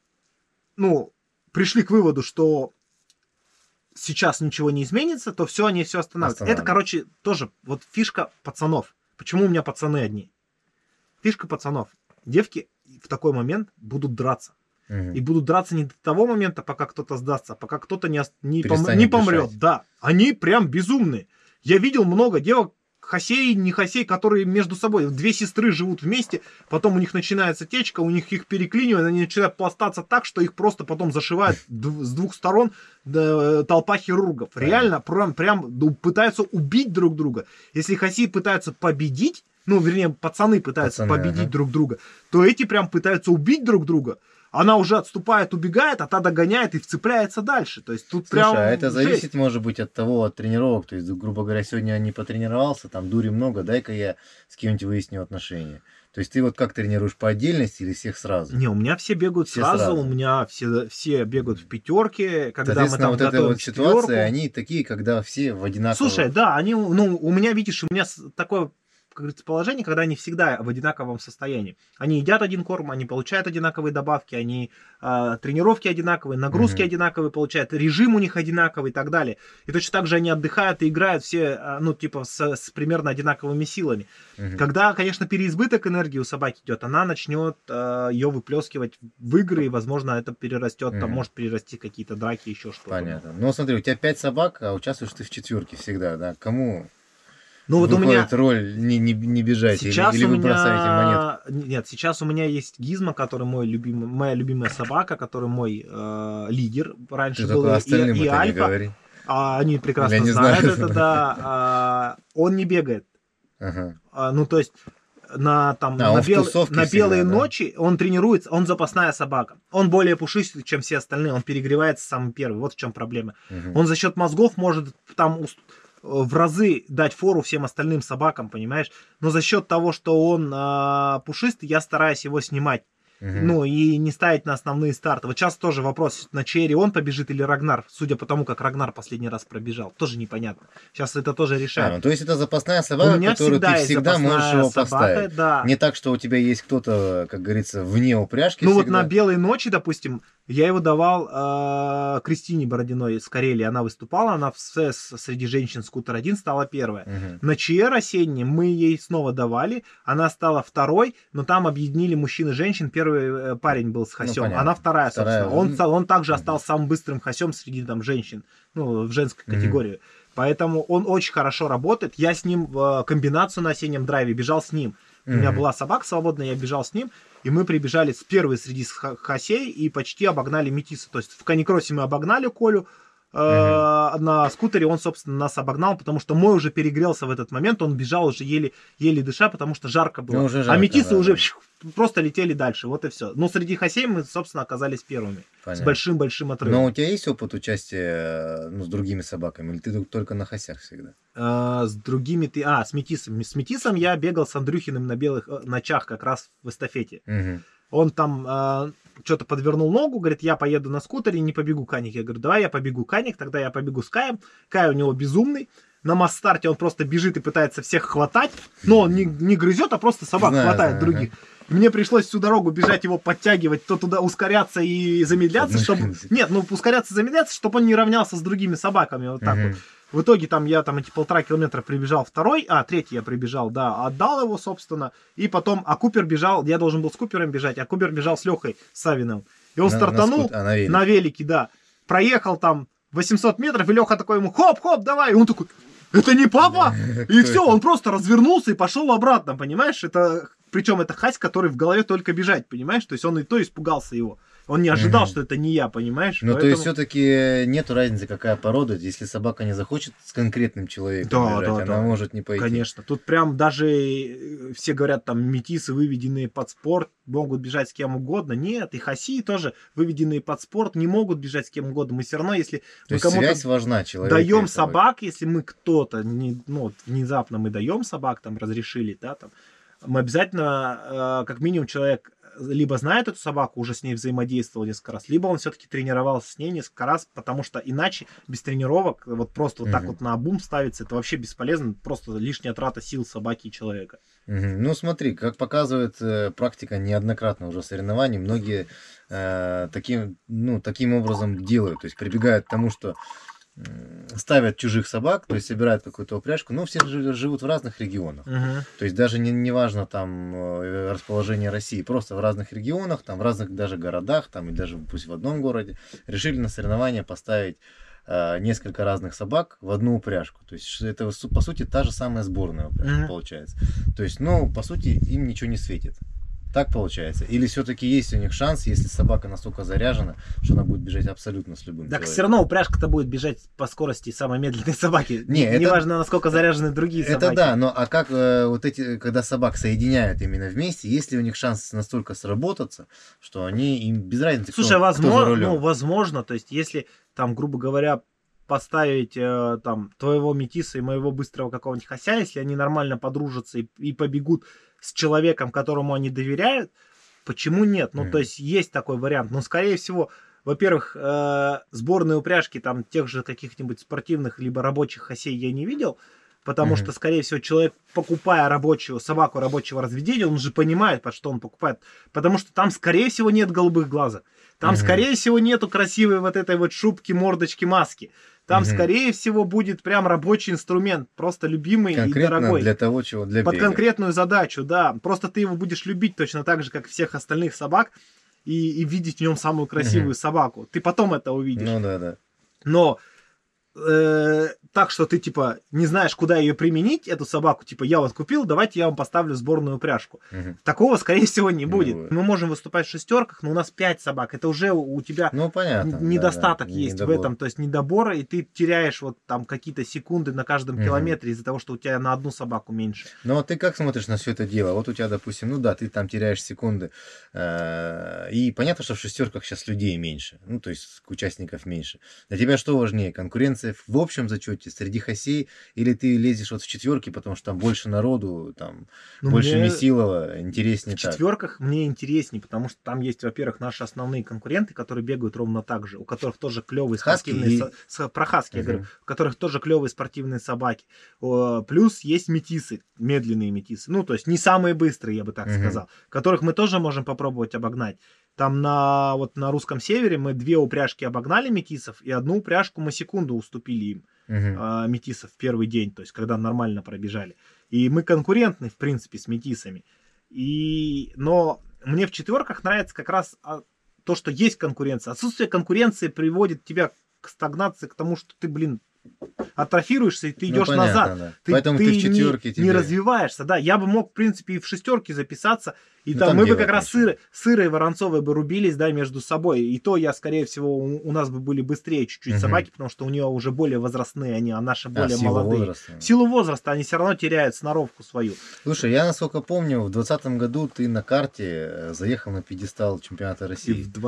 пришли к выводу, что сейчас ничего не изменится, то все, они все останавливают. Это, короче, тоже вот фишка пацанов. Почему у меня пацаны одни? Фишка пацанов. Девки в такой момент будут драться. Мгм. И будут драться не до того момента, пока кто-то сдастся, а пока кто-то не Перестанет помрет. дышать. Да, они прям безумные. Я видел много девок, хасей, не хасей, которые между собой, две сестры живут вместе, потом у них начинается течка, у них их переклинивает, они начинают пластаться так, что их просто потом зашивают с двух сторон толпа хирургов. Реально прям пытаются убить друг друга. Если хаси пытаются победить, вернее, пацаны пытаются победить ага. друг друга, то эти прям пытаются убить друг друга. Она уже отступает, убегает, а та догоняет и вцепляется дальше. То есть тут Слушай, прям а это жесть. зависит, может быть, от тренировок. То есть, грубо говоря, сегодня не потренировался, там дури много, дай-ка я с кем-нибудь выясню отношения. То есть ты вот как тренируешь, по отдельности или всех сразу? Не, у меня все бегают Все сразу, сразу. у меня все бегают в пятерке, когда мы Соответственно, там вот эта готовим вот ситуация, четверку. они такие, когда все в одинаковом... Слушай, да, они, у меня, видишь, у меня такое, как говорится, положение, когда они всегда в одинаковом состоянии. Они едят один корм, они получают одинаковые добавки, они тренировки одинаковые, нагрузки Мгм. одинаковые получают, режим у них одинаковый и так далее. И точно так же они отдыхают и играют все, с примерно одинаковыми силами. Мгм. Когда, конечно, переизбыток энергии у собаки идет, она начнет ее выплескивать в игры, и, возможно, это перерастет, там Мгм. может перерасти какие-то драки, еще что-то. Понятно. Ну, смотри, у тебя 5 собак, а участвуешь ты в четверке всегда, да? Кому Ну вот у меня выходит роль не бежать сейчас или у вы бросаете монетку? Нет, сейчас у меня есть Гизма, который моя любимая собака, который мой лидер. Раньше Ты был только остальным и это не Альфа. говори. Они прекрасно Я не знают знаю. это, да. Он не бегает. Ага. То есть он в тусовке на белые всегда, да? ночи он тренируется, он запасная собака. Он более пушистый, чем все остальные, он перегревается самый первый. Вот в чем проблема. Он за счет мозгов может там в разы дать фору всем остальным собакам, понимаешь? Но за счет того, что он пушистый, я стараюсь его снимать. Ну, и не ставить на основные старты. Вот сейчас тоже вопрос, на Черри он побежит или Рагнар, судя по тому, как Рагнар последний раз пробежал. Тоже непонятно. Сейчас это тоже решают. Ну, то есть это запасная собака, которую ты всегда можешь его поставить. Да. Не так, что у тебя есть кто-то, как говорится, вне упряжки. Ну, всегда. Вот на белой ночи, допустим, я его давал Кристине Бородиной из Карелии. Она выступала, она среди женщин Скутер-1 стала первая. На ЧР осеннем мы ей снова давали. Она стала второй, но там объединили мужчин и женщин. Первый парень был с Хасем, она вторая, собственно. Он также остался самым быстрым Хасем среди там женщин, ну, в женской категории. Поэтому он очень хорошо работает. Я с ним в комбинацию на осеннем драйве бежал с ним. У меня была собака свободная, я бежал с ним. И мы прибежали с первой среди Хасей и почти обогнали Метиса. То есть в Каникроссе мы обогнали Колю. На скутере он, собственно, нас обогнал, потому что мой уже перегрелся в этот момент, он бежал уже еле дыша, потому что жарко было. Жарко, Метисы уже просто летели дальше, вот и все. Но среди Хасей мы, собственно, оказались первыми. Понятно. С большим-большим отрывом. Но у тебя есть опыт участия с другими собаками, или ты только на Хасях всегда? С другими ты... с Метисом. С Метисом я бегал с Андрюхиным на белых ночах как раз в эстафете. Он там что-то подвернул ногу, говорит, я поеду на скутере, не побегу Каник. Я говорю, давай я побегу Каник, тогда я побегу с Каем. Кай у него безумный. На масс-старте он просто бежит и пытается всех хватать, но он не грызет, а просто собак хватает других. Мне пришлось всю дорогу бежать, его подтягивать, то туда ускоряться и замедляться, чтобы... Нет, ускоряться и замедляться, чтобы он не равнялся с другими собаками, вот так вот. В итоге я эти 1,5 километра прибежал третий я прибежал, да, отдал его, собственно, и потом, Купер бежал, я должен был с Купером бежать, а Купер бежал с Лехой Савиновым. И он стартанул на велике, да, проехал там 800 метров, и Леха такой ему, хоп-хоп, давай, и он такой, это не папа? И все, он просто развернулся и пошел обратно, понимаешь, причем это Хась, который в голове только бежать, понимаешь, то есть он и то испугался его. Он не ожидал, что это не я, понимаешь? Ну, то есть, все-таки нету разницы, какая порода. Если собака не захочет с конкретным человеком бежать, она может не пойти. Конечно. Тут прям даже все говорят, там, метисы, выведенные под спорт, могут бежать с кем угодно. Нет, и хаси тоже, выведенные под спорт, не могут бежать с кем угодно. Мы все равно, если то мы есть кому-то связь важна, человек даем собак, если мы кто-то, внезапно мы даем собак, там, разрешили, да, там, мы обязательно, как минимум, человек либо знает эту собаку, уже с ней взаимодействовал несколько раз, либо он все-таки тренировался с ней несколько раз, потому что иначе без тренировок вот просто вот так вот на обум ставиться, это вообще бесполезно, просто лишняя трата сил собаки и человека. Ну смотри, как показывает практика неоднократно уже соревнований, многие таким образом делают, то есть прибегают к тому, что ставят чужих собак, то есть собирают какую-то упряжку, но все живут в разных регионах. То есть даже не важно там расположение России, просто в разных регионах, там в разных даже городах, там и даже пусть в одном городе, решили на соревнования поставить несколько разных собак в одну упряжку. То есть это по сути та же самая сборная упряжка получается. То есть, по сути, им ничего не светит. Так получается? Или все-таки есть у них шанс, если собака настолько заряжена, что она будет бежать абсолютно с любым человеком? Все равно упряжка-то будет бежать по скорости самой медленной собаки. Неважно, насколько заряжены другие собаки. Это да, но как когда собак соединяют именно вместе, есть ли у них шанс настолько сработаться, что им без разницы, Слушай, возможно, то есть если там, грубо говоря, поставить там твоего метиса и моего быстрого какого-нибудь хася, если они нормально подружатся и побегут с человеком, которому они доверяют, почему нет? То есть есть такой вариант. Но, скорее всего, во-первых, сборные упряжки там тех же каких-нибудь спортивных либо рабочих хасей я не видел, потому что, скорее всего, человек, покупая собаку рабочего разведения, он же понимает, под что он покупает. Потому что там, скорее всего, нет голубых глазок. Там, скорее всего, нету красивой вот этой вот шубки, мордочки, маски. Там, скорее всего, будет прям рабочий инструмент, просто любимый конкретно и дорогой. Для того, чего для под бега. Конкретную задачу, да. Просто ты его будешь любить точно так же, как всех остальных собак, и видеть в нем самую красивую собаку. Ты потом это увидишь. Да. Но так, что ты, типа, не знаешь, куда ее применить, эту собаку, типа, я вот купил, давайте я вам поставлю сборную упряжку. Мгм. Такого, скорее всего, не будет. будет. Мы можем выступать в шестерках, но у нас 5 собак. Это уже у тебя Ну, понятно. недостаток да, есть в недобор. этом, то есть недобора, и ты теряешь вот там какие-то секунды на каждом Мгм. километре из-за того, что у тебя на одну собаку меньше. Ну, а ты как смотришь на все это дело? Вот у тебя, допустим, ну да, ты там теряешь секунды. И понятно, что в шестерках сейчас людей меньше. Ну, то есть участников меньше. Для тебя что важнее? Конкуренция в общем зачете среди хасей? Или ты лезешь вот в четверки, потому что там больше народу, там Ну, больше мне Месилова, интереснее в так? четверках мне интереснее, потому что там есть, во-первых, наши основные конкуренты, которые бегают ровно так же, у которых тоже клевые Хаски спортивные и- про хаски я Мгм. говорю, у которых тоже клевые спортивные собаки. Плюс есть метисы, медленные метисы, ну то есть не самые быстрые, я бы так Мгм. сказал, которых мы тоже можем попробовать обогнать. Там вот на русском севере мы 2 упряжки обогнали метисов, и 1 упряжку мы секунду уступили им. Мгм. Метисов в первый день, то есть когда нормально пробежали. И мы конкурентны, в принципе, с метисами. Но мне в четверках нравится как раз то, что есть конкуренция. Отсутствие конкуренции приводит тебя к стагнации, к тому, что ты, атрофируешься, и ты Ну, идешь понятно, назад. да. Ты, Поэтому ты в четверке не тебе... развиваешься, да. Я бы мог, в принципе, и в шестерке записаться, и Ну, там там мы бы делать как раз нечего. с Ирой Воронцовой бы рубились, да, между собой. И то я, скорее всего, у нас бы были быстрее чуть-чуть Мгм. собаки, потому что у нее уже более возрастные они, а наши более в силу молодые. возраста. В силу возраста они все равно теряют сноровку свою. Слушай, я насколько помню, в 2020 году ты на карте заехал на пьедестал чемпионата И России. в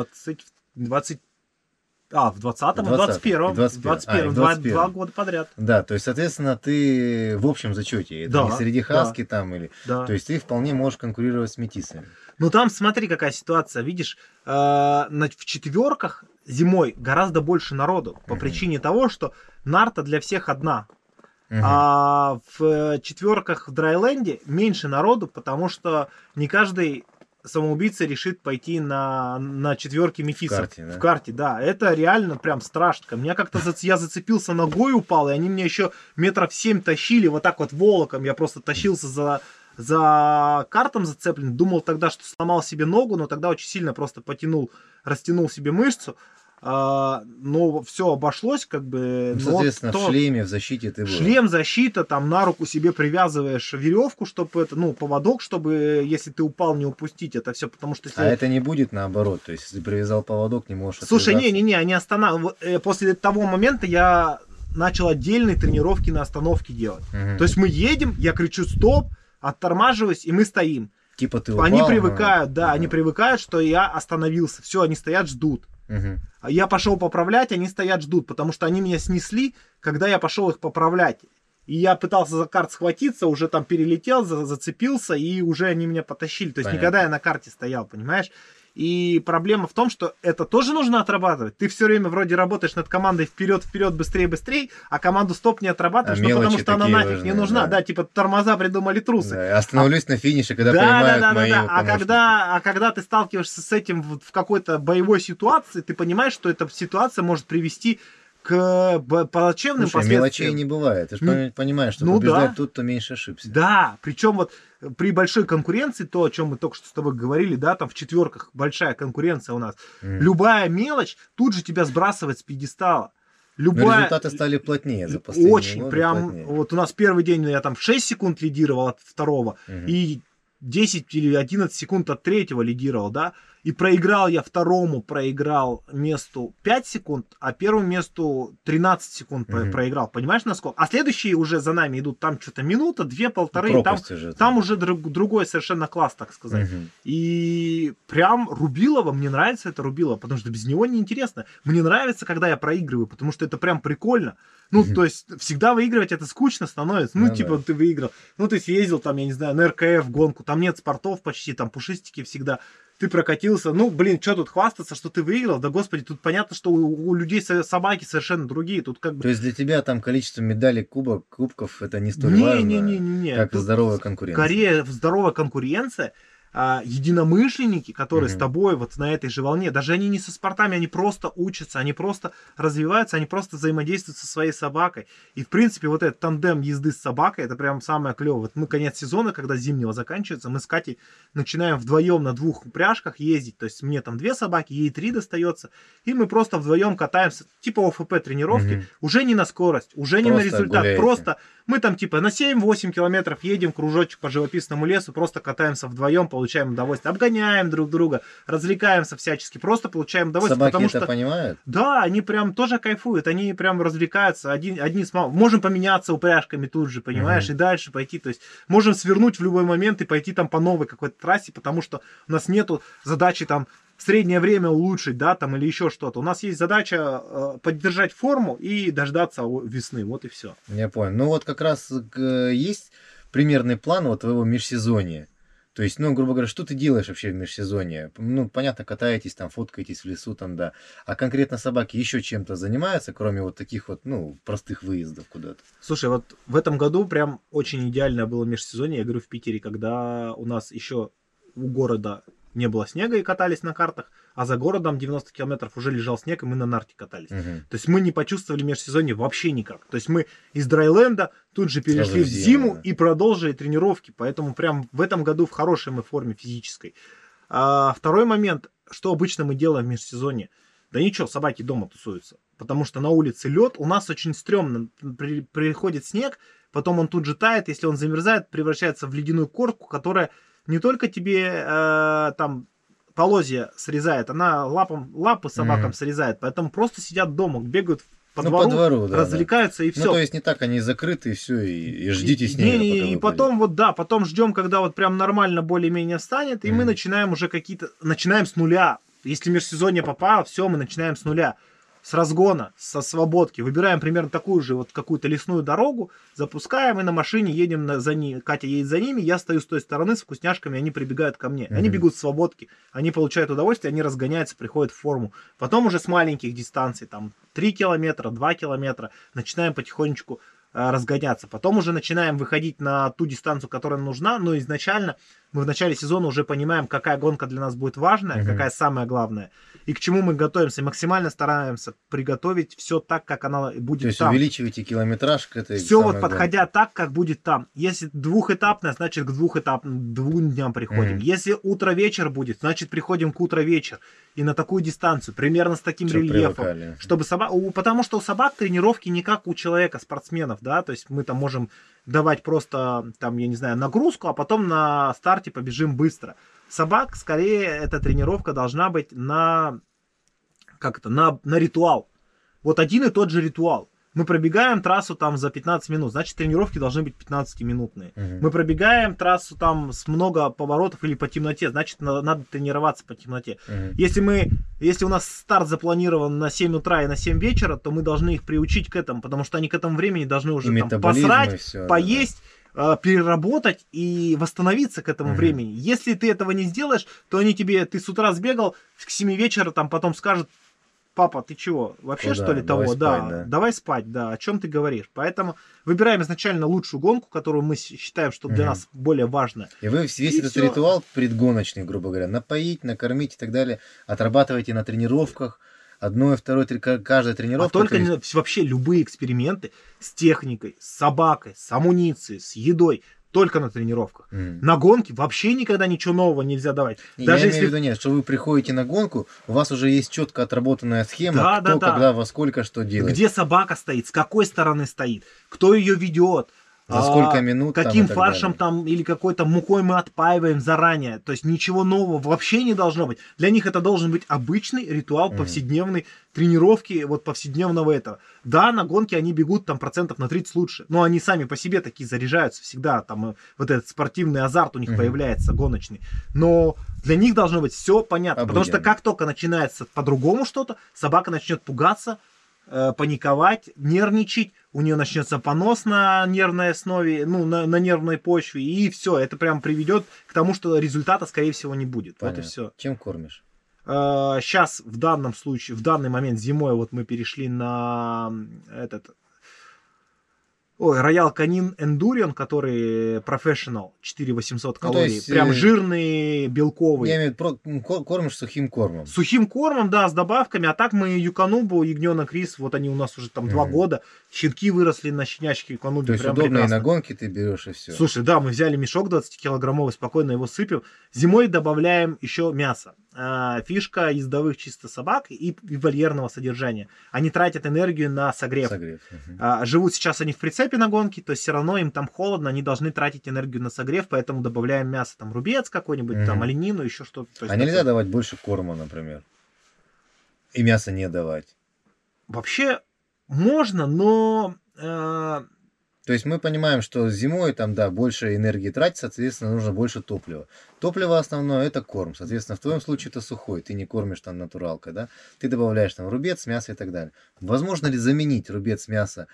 20-м, В и 20-м, 21-м. и в 2 21-м. года подряд. Да, то есть, соответственно, ты в общем зачете. Это Да, не среди да. хаски там или... Да. То есть ты вполне можешь конкурировать с метисами. Ну там смотри, какая ситуация. Видишь, в четверках зимой гораздо больше народу. По Мгм. причине того, что нарта для всех одна. Мгм. А в четверках в драйленде меньше народу, потому что не каждый самоубийца решит пойти на четверки метисов. карте, да? В карте, да. Это реально прям страшно. Меня как-то я зацепился ногой, упал, и они меня еще метров 7 тащили, вот так вот волоком. Я просто тащился за картом зацеплен. Думал тогда, что сломал себе ногу, но тогда очень сильно просто растянул себе мышцу. Но все обошлось, как бы. Ну, но соответственно, в шлеме, в защите ты был. Шлем, защита, там на руку себе привязываешь веревку, чтобы это, поводок, чтобы, если ты упал, не упустить это все, потому что если... А это не будет наоборот. То есть, если ты привязал поводок, не можешь Слушай, отвязаться. не, они останавливают. После того момента я начал отдельные тренировки на остановке делать. Мгм. То есть мы едем, я кричу стоп, оттормаживаюсь, и мы стоим. Типа ты упал, Они но- привыкают, да, Ага. они привыкают, что я остановился. Все, они стоят, ждут. Мгм. А я пошел поправлять, они стоят, ждут, потому что они меня снесли, когда я пошел их поправлять. И я пытался за карт схватиться, уже там перелетел, зацепился, и уже они меня потащили. То есть Понятно. никогда я на карте стоял, понимаешь? И проблема в том, что это тоже нужно отрабатывать. Ты все время вроде работаешь над командой вперед, быстрее, быстрее, а команду стоп не отрабатываешь, потому мелочи что она такие нафиг не важные, нужна. да. Да, типа тормоза придумали трусы. Да, остановлюсь на финише, когда поймают мои А помощники. когда ты сталкиваешься с этим в какой-то боевой ситуации, ты понимаешь, что эта ситуация может привести к плачевным Слушай, мелочей последствиям. не бывает. Ты же Ну, понимаешь, что ну побеждает да. тот, кто меньше ошибся. Да, причем вот при большой конкуренции, то, о чем мы только что с тобой говорили, да, там в четверках большая конкуренция у нас. Мгм. Любая мелочь тут же тебя сбрасывает с пьедестала. Но Любая... результаты стали плотнее за последние Очень, годы. прям, плотнее. вот у нас первый день я там 6 секунд лидировал от второго, Мгм. и 10 или 11 секунд от третьего лидировал, да, и проиграл я второму, проиграл месту 5 секунд, а первому месту 13 секунд Мгм. проиграл, понимаешь, насколько? А следующие уже за нами идут, там что-то минута, 2, 1,5, там, Пропасть уже там уже другой совершенно класс, так сказать. Мгм. И прям Рубилова, мне нравится это Рубилова, потому что без него неинтересно. Мне нравится, когда я проигрываю, потому что это прям прикольно. Ну, Мгм. то есть, всегда выигрывать это скучно становится. Ну, Ну типа, да. ты выиграл. Ну, ты съездил там, я не знаю, на РКФ гонку, там нет спортов почти, там пушистики всегда. Ты прокатился, ну, блин, что тут хвастаться, что ты выиграл? Да, господи, тут понятно, что у людей собаки совершенно другие. Тут как бы... То есть для тебя там количество медалей, кубков, это не столь важно, Не. как Тут здоровая конкуренция. Скорее, здоровая конкуренция. единомышленники, которые с Мгм. тобой вот на этой же волне, даже они не со спортами, они просто учатся, они просто развиваются, они просто взаимодействуют со своей собакой. И, в принципе, вот этот тандем езды с собакой, это прям самое клевое. Вот мы конец сезона, когда зимнего заканчивается, мы с Катей начинаем вдвоем на 2 упряжках ездить. То есть мне там 2 собаки, ей 3 достается. И мы просто вдвоем катаемся, типа ОФП тренировки, Мгм. уже не на скорость, уже не на Просто результат. гуляете. Просто мы там типа на 7-8 километров едем, кружочек по живописному лесу, просто катаемся вдвоем, получаем удовольствие. Обгоняем друг друга, развлекаемся всячески, просто получаем удовольствие. Собаки Потому это что понимают? да, они прям тоже кайфуют, они прям развлекаются, одни можем поменяться упряжками тут же, понимаешь, Мгм. и дальше пойти, то есть можем свернуть в любой момент и пойти там по новой какой-то трассе, потому что у нас нету задачи там среднее время улучшить, да, там или еще что-то. У нас есть задача поддержать форму и дождаться весны, вот и все. Я понял. Ну вот как раз есть примерный план вот твоего межсезонья. То есть, ну, грубо говоря, что ты делаешь вообще в межсезонье? Ну, понятно, катаетесь, там, фоткаетесь в лесу, там, да. А конкретно собаки еще чем-то занимаются, кроме вот таких вот, ну, простых выездов куда-то? Слушай, вот в этом году прям очень идеальное было межсезонье, я говорю, в Питере, когда у нас еще у города не было снега и катались на картах, а за городом 90 километров уже лежал снег, и мы на нарте катались. Мгм. То есть мы не почувствовали межсезонье вообще никак. То есть мы из драйленда тут же перешли Сразу в в зиму, зиму да. и продолжили тренировки. Поэтому прям в этом году в хорошей мы форме физической. Второй момент, что обычно мы делаем в межсезонье. Да ничего, собаки дома тусуются. Потому что на улице лед, у нас очень стрёмно. Приходит снег, потом он тут же тает, если он замерзает, превращается в ледяную корку, которая не только тебе там полозья срезает, она лапы собакам Мгм. срезает. Поэтому просто сидят дома, бегают по Ну, двору, по двору, да, развлекаются и да. все. Ну, то есть не так, они закрыты, и все, и ждите снега, Не, пока и выпадет. потом вот, да, потом ждем, когда вот прям нормально более-менее встанет, и мы Мгм. начинаем уже начинаем с нуля. Если межсезонье попало, все, мы начинаем с нуля. С разгона, со свободки. Выбираем примерно такую же вот какую-то лесную дорогу, запускаем и на машине едем за ними. Катя едет за ними, я стою с той стороны с вкусняшками, они прибегают ко мне. Они Мгм. бегут с свободки, они получают удовольствие, они разгоняются, приходят в форму. Потом уже с маленьких дистанций, там 3 километра, 2 километра, начинаем потихонечку разгоняться. Потом уже начинаем выходить на ту дистанцию, которая нужна, но изначально мы в начале сезона уже понимаем, какая гонка для нас будет важная, Мгм. какая самая главная, и к чему мы готовимся. Максимально стараемся приготовить все так, как она То будет есть там. увеличиваете километраж к этой Все вот самой подходя гонке. так, как будет там. Если двухэтапная, значит к двухэтапным 2 дням приходим. Мгм. Если утро-вечер будет, значит приходим к утро-вечер. И на такую дистанцию, примерно с таким Чтоб рельефом. привыкали. Чтобы потому что у собак тренировки не как у человека, спортсменов, да, то есть мы там можем давать просто, там, я не знаю, нагрузку, а потом на старте побежим быстро. Собак, скорее, эта тренировка должна быть на ритуал. Вот один и тот же ритуал. Мы пробегаем трассу там за 15 минут, значит тренировки должны быть 15-минутные. Мгм. Мы пробегаем трассу там с много поворотов или по темноте, значит надо тренироваться по темноте. Мгм. Если у нас старт запланирован на 7 утра и на 7 вечера, то мы должны их приучить к этому, потому что они к этому времени должны И уже там метаболизм, и посрать, всё, поесть, переработать и восстановиться к этому Мгм. времени. Если ты этого не сделаешь, то ты с утра сбегал, к 7 вечера там потом скажут: папа, ты чего? Вообще, Куда? что ли, Давай того? спать, Да, да. давай спать, да. О чем ты говоришь? Поэтому выбираем изначально лучшую гонку, которую мы считаем, что для Мгм. нас более важная. И вы весь И этот всё. ритуал предгоночный, грубо говоря, напоить, накормить и так далее, отрабатываете на тренировках, одной, второй, каждая А тренировка. только то есть- вообще любые эксперименты с техникой, с собакой, с амуницией, с едой, только на тренировках. Мгм. На гонке вообще никогда ничего нового нельзя давать. Не, Даже я если имею в виду, нет, что вы приходите на гонку, у вас уже есть четко отработанная схема, Да, кто, да, да. когда, во сколько, что делать. где собака стоит, с какой стороны стоит, кто ее ведет, За сколько минут там каким и так фаршем далее. там или какой-то мукой мы отпаиваем заранее. То есть ничего нового вообще не должно быть. Для них это должен быть обычный ритуал Мгм. повседневной тренировки, вот повседневного этого. Да, на гонке они бегут там процентов на 30 лучше, но они сами по себе такие заряжаются всегда, там вот этот спортивный азарт у них Мгм. появляется, гоночный. Но для них должно быть все понятно, потому что Обыденно. как только начинается по-другому что-то, собака начнет пугаться, паниковать, нервничать, у нее начнется понос на нервной основе, ну, на нервной почве, и все, это прям приведет к тому, что результата, скорее всего, не будет. Понятно. Вот и все. Чем кормишь? Сейчас, в данном случае, в данный момент зимой, вот мы перешли на Ой, Royal Canin Endurion, который Professional, 4800 Ну, то калорий. есть, Прям жирный, белковый. Я имею в виду, кормишь сухим кормом. Сухим кормом, да, с добавками. А так мы Юканубу, ягненок Рис, вот они у нас уже там 2 года. Щенки выросли на щенячке Юканубе. То есть прям удобно прекрасно. и на гонки ты берешь, и все. Слушай, да, мы взяли мешок 20-килограммовый, спокойно его сыпем. Зимой добавляем еще мясо. Фишка ездовых чисто собак и вольерного содержания. Они тратят энергию на согрев. Живут сейчас они в прицепе на гонке, то есть все равно им там холодно, они должны тратить энергию на согрев, поэтому добавляем мясо, там рубец какой-нибудь, там оленину, еще что-то. А нельзя давать больше корма, например? И мясо не давать? Вообще можно, но... То есть мы понимаем, что зимой там, да, больше энергии тратить, соответственно, нужно больше топлива. Топливо основное это корм. Соответственно, в твоем случае это сухой. Ты не кормишь там натуралкой, да? Ты добавляешь там рубец, мясо и так далее. Возможно ли заменить рубец, мясо,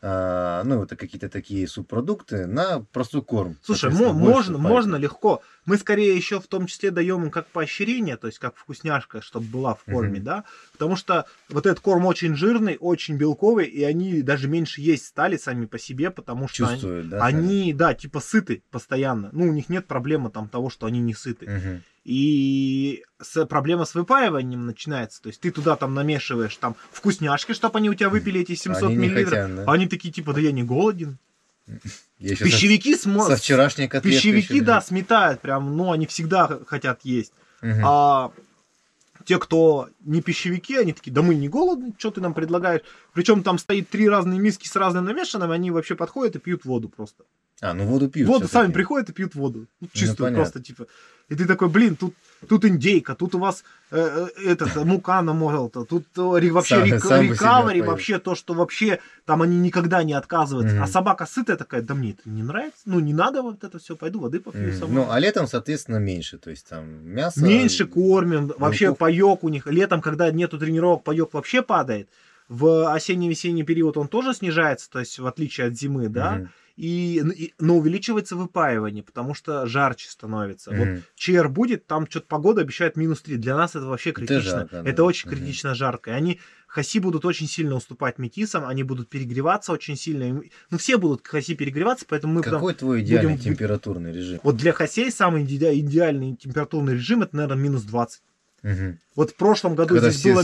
ну, это какие-то такие субпродукты на простой корм? Слушай, можно легко. Мы скорее еще в том числе даем им как поощрение, то есть как вкусняшка, чтобы была в корме, да? Потому что вот этот корм очень жирный, очень белковый, и они даже меньше есть стали сами по себе, потому что чувствуют, они да, типа сыты постоянно. Ну, у них нет проблемы там того, что они не сыты. И проблема с выпаиванием начинается. То есть ты туда там намешиваешь там вкусняшки, чтобы они у тебя выпили эти 700 миллилитров. Хотят, да? Они такие типа, да я не голоден. Пищевики со вчерашней котлеткой. Пищевики, да, сметают прям, ну, они всегда хотят есть. А те, кто не пищевики, они такие, да мы не голодны, что ты нам предлагаешь? Причем там стоит 3 разные миски с разным намешанным, они вообще подходят и пьют воду просто. Ну воду пьют. Воду сами приходят и пьют воду. Чистую просто, типа. И ты такой, блин, тут индейка, тут у вас мука намолота, тут вообще рекавери, вообще то, что вообще там они никогда не отказываются. А собака сытая такая, да мне это не нравится, ну не надо вот это все, пойду воды попью сама. Ну, а летом, соответственно, меньше, то есть там мясо. Меньше кормим, вообще паёк у них. Летом, когда нету тренировок, паёк вообще падает. В осенне-весенний период он тоже снижается, то есть в отличие от зимы, да. Но увеличивается выпаивание, потому что жарче становится. Вот ЧР будет, там что-то погода обещает -3. Для нас это вообще критично. Это очень критично жарко. И они, хаси, будут очень сильно уступать метисам, они будут перегреваться очень сильно. Ну, все будут хаси перегреваться, поэтому мы... Какой твой идеальный температурный режим? Вот для хасей самый идеальный температурный режим, это, наверное, -20. Вот в прошлом году когда здесь было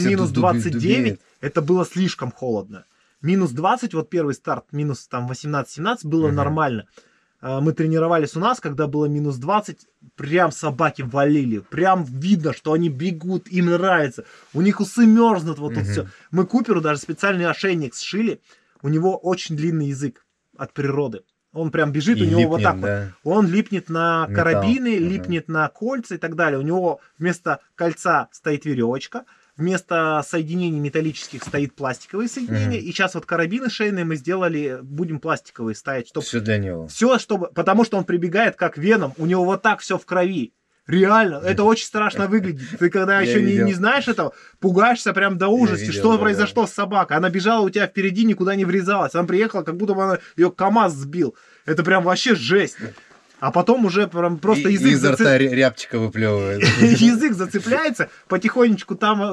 -29, это было слишком холодно. -20, вот первый старт, минус там 18-17 было нормально. Мы тренировались у нас, когда было -20, прям собаки валили. Прям видно, что они бегут, им нравится. У них усы мерзнут, вот тут все. Мы Куперу даже специальный ошейник сшили. У него очень длинный язык от природы. Он прям бежит, у него липнет, вот так вот. Он липнет на карабины, липнет на кольца и так далее. У него вместо кольца стоит веревочка. Вместо соединений металлических стоит пластиковые соединения. И сейчас вот карабины шейные мы сделали, будем пластиковые ставить. Чтобы... Все для него. Все, чтобы... Потому что он прибегает как Веном, у него вот так все в крови. Реально, это очень страшно выглядит. Ты когда еще не знаешь этого, пугаешься прям до ужаса. Что произошло с собакой? Она бежала у тебя впереди, никуда не врезалась. Она приехала, как будто бы она ее КамАЗ сбил. Это прям вообще жесть. А потом уже прям просто язык... Изо рта рябчика выплевывает. Язык зацепляется, потихонечку там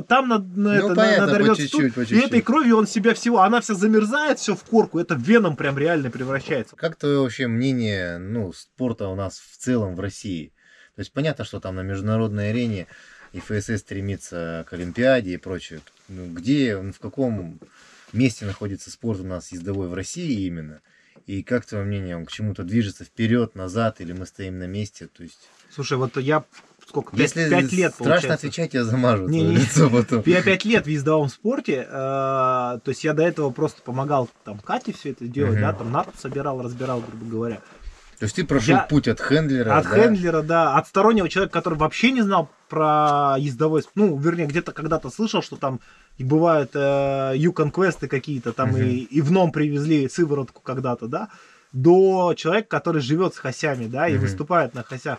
надорвется. И этой кровью он себя всего... Она вся замерзает, все в корку. Это Веном прям реально превращается. Как твое вообще мнение, спорта у нас в целом в России? То есть понятно, что там на международной арене и ФСС стремится к Олимпиаде и прочее. Где, в каком месте находится спорт у нас ездовой в России именно? И как твое мнение, он к чему-то движется вперед, назад, или мы стоим на месте? То есть... Слушай, вот я сколько? 5 лет, получается. Страшно отвечать, я замажу лицо потом. Я 5 лет в ездовом спорте, то есть я до этого просто помогал там Кате все это делать, да, там нату собирал, разбирал, грубо говоря. То есть ты прошел путь от хендлера, хендлера, да, от стороннего человека, который вообще не знал про ездовой, вернее, где-то когда-то слышал, что там и бывают Юкон-квесты какие-то, там и в ном привезли сыворотку когда-то, да, до человека, который живет с хасями, да, и выступает на хасях.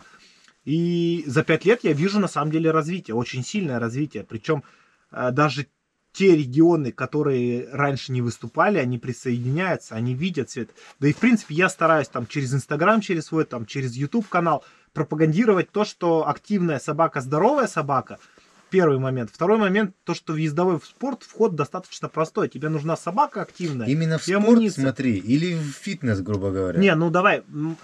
И за 5 лет я вижу на самом деле развитие, очень сильное развитие, причем даже те регионы, которые раньше не выступали, они присоединяются, они видят все это. Да и в принципе я стараюсь там через Инстаграм, через свой там, через YouTube канал пропагандировать то, что активная собака, здоровая собака, первый момент. Второй момент, то, что в ездовой спорт вход достаточно простой. Тебе нужна собака активная. Именно в и спорт, амуниция. смотри, или в фитнес, грубо говоря. Не, ну давай,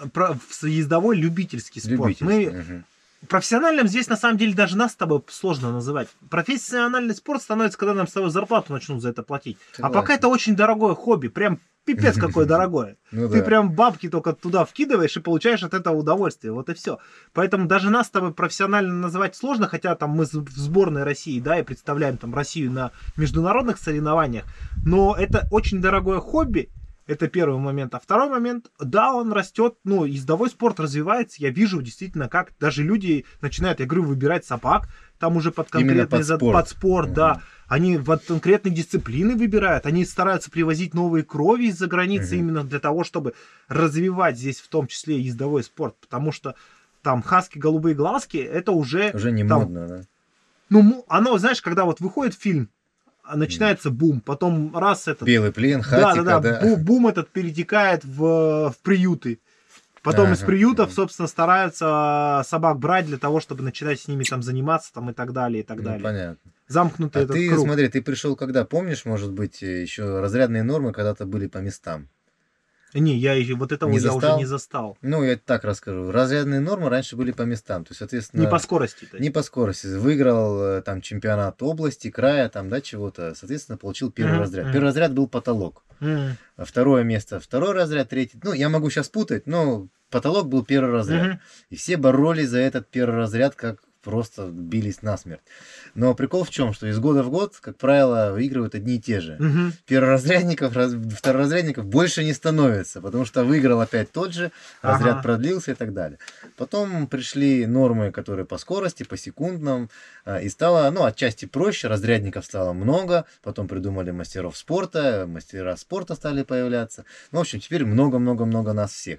в ездовой любительский спорт. Любительский, Профессиональным здесь, на самом деле, даже нас с тобой сложно называть. Профессиональный спорт становится, когда нам с тобой зарплату начнут за это платить. А пока это очень дорогое хобби. Прям пипец какое дорогое. Ты прям бабки только туда вкидываешь и получаешь от этого удовольствие. Вот и все. Поэтому даже нас с тобой профессионально называть сложно, хотя там мы в сборной России, да, и представляем там Россию на международных соревнованиях. Но это очень дорогое хобби. Это первый момент. А второй момент, да, он растет, ну, ездовой спорт развивается. Я вижу действительно, как даже люди начинают, я говорю, выбирать собак, там уже под конкретный под спорт, да. Они под конкретные дисциплины выбирают, они стараются привозить новые крови из-за границы именно для того, чтобы развивать здесь в том числе ездовой спорт. Потому что там хаски, голубые глазки, это уже не там, модно, да? Ну, оно, знаешь, когда вот выходит фильм, начинается бум, потом раз этот... Белый плен, хатика, да. Бум этот перетекает в приюты. Потом из приютов, собственно, стараются собак брать для того, чтобы начинать с ними там заниматься там, и так далее, и так далее. Понятно. Замкнутый этот ты, круг. смотри, ты пришел когда? Помнишь, может быть, еще разрядные нормы когда-то были по местам? Не, вот этого я уже не застал. Ну, я так расскажу. Разрядные нормы раньше были по местам. То есть, соответственно... Не по скорости. Не по скорости. Выиграл там чемпионат области, края, там, да, чего-то. Соответственно, получил первый разряд. Первый разряд был потолок. Второе место, второй разряд, третий. Ну, я могу сейчас путать, но потолок был первый разряд. И все боролись за этот первый разряд, как просто бились насмерть. Но прикол в чем, что из года в год, как правило, выигрывают одни и те же. Перворазрядников, второразрядников больше не становится, потому что выиграл опять тот же, разряд продлился и так далее. Потом пришли нормы, которые по скорости, по секундным, и стало, ну, отчасти проще, разрядников стало много, потом придумали мастеров спорта, мастера спорта стали появляться. Ну, в общем, теперь много-много-много нас всех.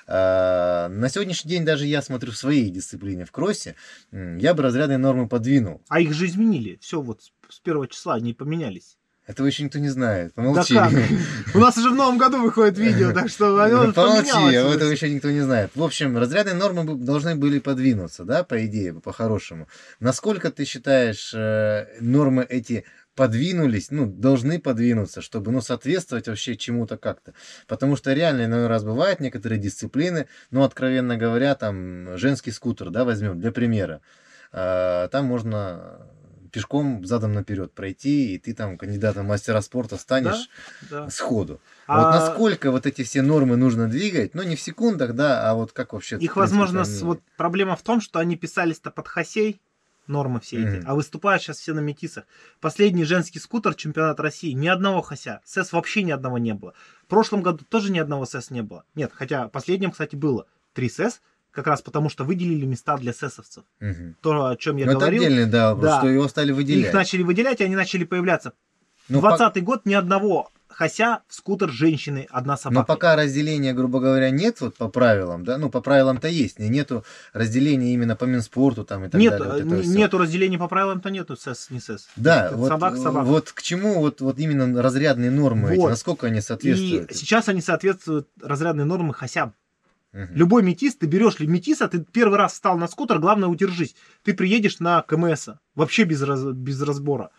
На сегодняшний день даже я смотрю в своей дисциплине в кроссе, я бы разрядные нормы подвинул. А их же изменили. Все, вот с первого числа они поменялись. Этого еще никто не знает. Помолчи. Да как? У нас уже в новом году выходит видео, так что помолчи, а этого еще никто не знает. В общем, разрядные нормы должны были подвинуться, да, по идее, по-хорошему. Насколько ты считаешь, нормы эти подвинулись, ну, должны подвинуться, чтобы, ну, соответствовать вообще чему-то как-то. Потому что реально, иной раз бывают некоторые дисциплины, ну, откровенно говоря, там, женский скутер, да, возьмем, для примера. Там можно пешком задом наперед пройти, и ты там кандидатом мастера спорта станешь сходу. Вот насколько вот эти все нормы нужно двигать, ну, не в секундах, да, а вот как вообще... Их, возможно, вот проблема в том, что они писались-то под хасей, нормы все эти, а выступают сейчас все на метисах. Последний женский скутер, чемпионат России, ни одного хася. СЭС вообще ни одного не было. В прошлом году тоже ни одного СЭС не было. Нет, хотя последнем, кстати, было 3 СЭС, как раз потому, что выделили места для СЭСовцев. То, о чем я говорил. Это отдельно, да, что его стали выделять. Их начали выделять, и они начали появляться. 20-й год ни одного хася в скутер женщины, одна собака. Но пока разделения, грубо говоря, нет вот по правилам, да, ну по правилам-то есть, нету разделения именно по Минспорту там и так далее. Вот нету разделения по правилам-то нету, СЭС, не СЭС. Да, вот, собак. Вот к чему вот именно разрядные нормы, эти, насколько они соответствуют? И сейчас они соответствуют разрядные нормы хасям. Любой метис, ты берешь метиса, ты первый раз встал на скутер, главное удержись. Ты приедешь на КМС, вообще без разбора.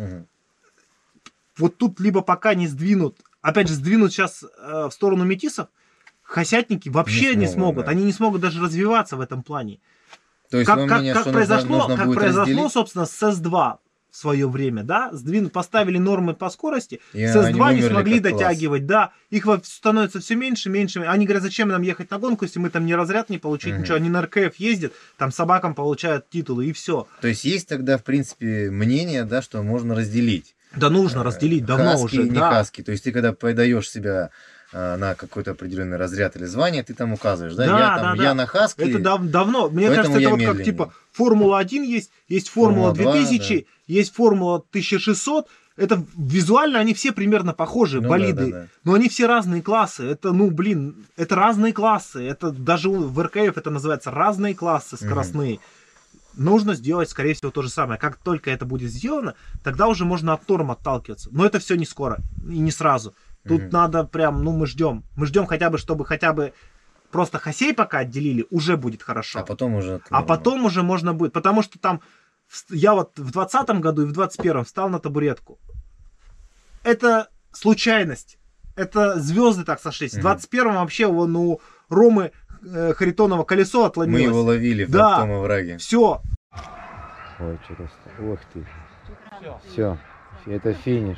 Вот тут либо пока не сдвинут, опять же, сдвинут сейчас в сторону метисов, хасятники вообще не смогут. Да. Они не смогут даже развиваться в этом плане. То есть как произошло, собственно, с СЭС-2 в свое время, да, поставили нормы по скорости, СЭС-2 не смогли дотягивать, да, их становится все меньше. Они говорят, зачем нам ехать на гонку, если мы там ни разряд не получить, ничего, они на РКФ ездят, там собакам получают титулы и все. То есть есть тогда, в принципе, мнение, да, что можно разделить. Да нужно разделить, давно хаски, уже. Не хаски. То есть ты когда подаешь себя на какой-то определенный разряд или звание, ты там указываешь, да, я на хаски. Это давно. Мне кажется, это вот медленнее. Как типа Формула-1 есть Формула 2000, да. Есть Формула 1600. Это визуально они все примерно похожи, болиды. Да. Но они все разные классы. Это, это разные классы. Это даже в РКФ это называется разные классы скоростные. Нужно сделать, скорее всего, то же самое. Как только это будет сделано, тогда уже можно от норм отталкиваться. Но это все не скоро и не сразу. Тут надо прям, мы ждем. Мы ждем хотя бы, чтобы просто хасей пока отделили, уже будет хорошо. А потом уже... А потом уже можно будет. Потому что там Я вот в 2020 году и в 2021 встал на табуретку. Это случайность. Это звезды так сошлись. В 2021 вообще вон у Ромы Харитонова колесо отломилось. Мы его ловили в да. том овраге. Все. Ой, что-то... Ох ты. Все. Это финиш.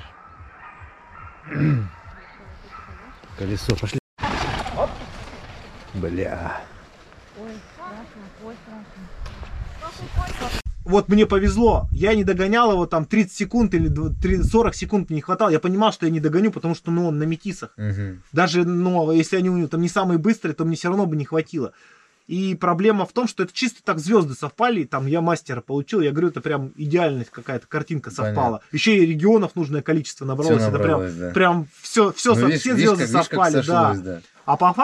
Колесо, пошли. Бля. Вот мне повезло, я не догонял его там 30 секунд или 40 секунд мне не хватало. Я понимал, что я не догоню, потому что он на метисах. Даже, если они у него там не самые быстрые, то мне все равно бы не хватило. И проблема в том, что это чисто так звезды совпали, там я мастера получил, я говорю, это прям идеальность какая-то, картинка совпала. Понятно. Еще и регионов нужное количество набралось, это прям, да. Прям все звезды совпали, да. А по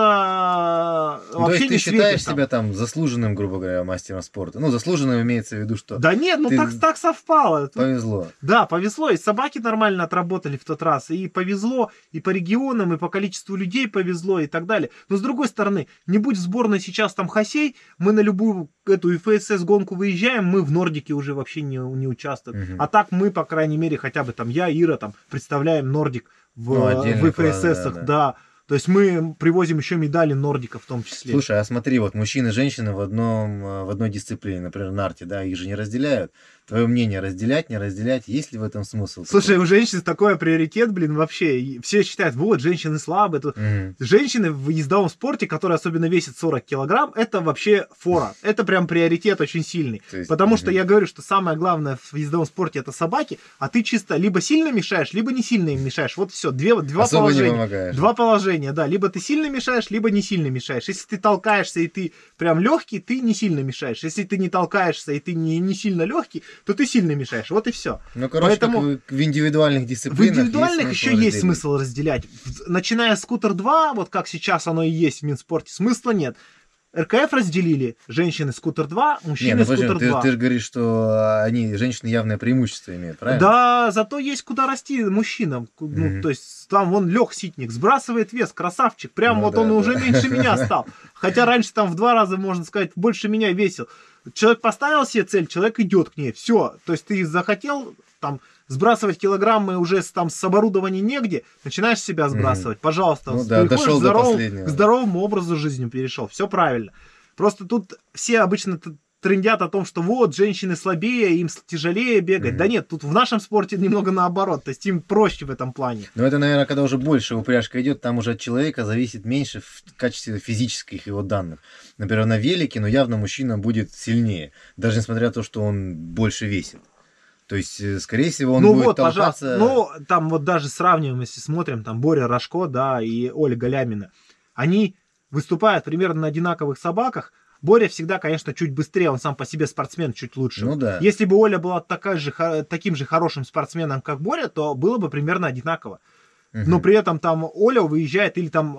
факту-то вообще не ты считаешь там. себя там заслуженным, грубо говоря, мастером спорта? Ну, заслуженным имеется в виду, что... Да нет, ну так совпало. Повезло. Да, повезло. И собаки нормально отработали в тот раз. И повезло, и по регионам, и по количеству людей повезло, и так далее. Но с другой стороны, не будь в сборной сейчас там Хасей, мы на любую эту ИФСС гонку выезжаем, мы в Нордике уже вообще не участвуем. А так мы, по крайней мере, хотя бы там я, Ира, там представляем Нордик в ИФССах, да. То есть мы привозим еще медали Нордика в том числе. Слушай, а смотри, вот мужчины и женщины в одной дисциплине, например, нарте, да, их же не разделяют. Твое мнение, разделять, не разделять, есть ли в этом смысл? Слушай, такой? У женщин такой приоритет, вообще. Все считают, вот, женщины слабые. Женщины в ездовом спорте, которые особенно весят 40 килограмм, это вообще фора. Это прям приоритет очень сильный. Есть, потому что я говорю, что самое главное в ездовом спорте это собаки, а ты чисто либо сильно мешаешь, либо не сильно им мешаешь. Вот все, два положения. Два положения, да. Либо ты сильно мешаешь, либо не сильно мешаешь. Если ты толкаешься и ты прям легкий, ты не сильно мешаешь. Если ты не толкаешься и ты не сильно легкий, то ты сильно мешаешь. Вот и все. Ну, короче, поэтому в индивидуальных дисциплинах. В индивидуальных еще есть смысл разделять. Начиная с скутер 2, вот как сейчас оно и есть в Минспорте, смысла нет. РКФ разделили. Женщины скутер 2, мужчины скутер 2. Ты же говоришь, что женщины явное преимущество имеют, правильно? Да, зато есть куда расти мужчинам. Ну, то есть там вон Лех Ситник сбрасывает вес, красавчик. Прям он уже меньше меня стал. Хотя раньше там в 2 раза, можно сказать, больше меня весил. Человек поставил себе цель, человек идет к ней. Все. То есть ты захотел там сбрасывать килограммы уже там с оборудования негде, начинаешь себя сбрасывать. Пожалуйста, дошел к здоровому образу жизни перешел. Все правильно. Просто тут все обычно трындят о том, что вот, женщины слабее, им тяжелее бегать. Да нет, тут в нашем спорте немного наоборот. То есть им проще в этом плане. Но это, наверное, когда уже больше упряжка идет, там уже от человека зависит меньше в качестве физических его данных. Например, на велике, но явно мужчина будет сильнее, даже несмотря на то, что он больше весит. То есть, скорее всего, он будет толкаться... Ну, там вот даже сравниваем, если смотрим, там Боря Рожко, да, и Ольга Лямина. Они выступают примерно на одинаковых собаках. Боря всегда, конечно, чуть быстрее, он сам по себе спортсмен, чуть лучше. Ну да. Если бы Оля была таким же хорошим спортсменом, как Боря, то было бы примерно одинаково. Но при этом там Оля выезжает, или там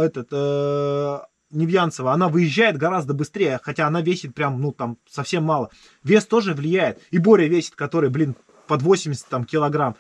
Невьянцева, она выезжает гораздо быстрее, хотя она весит прям, ну, там, совсем мало. Вес тоже влияет. И Боря весит, который, под 80 там, килограмм.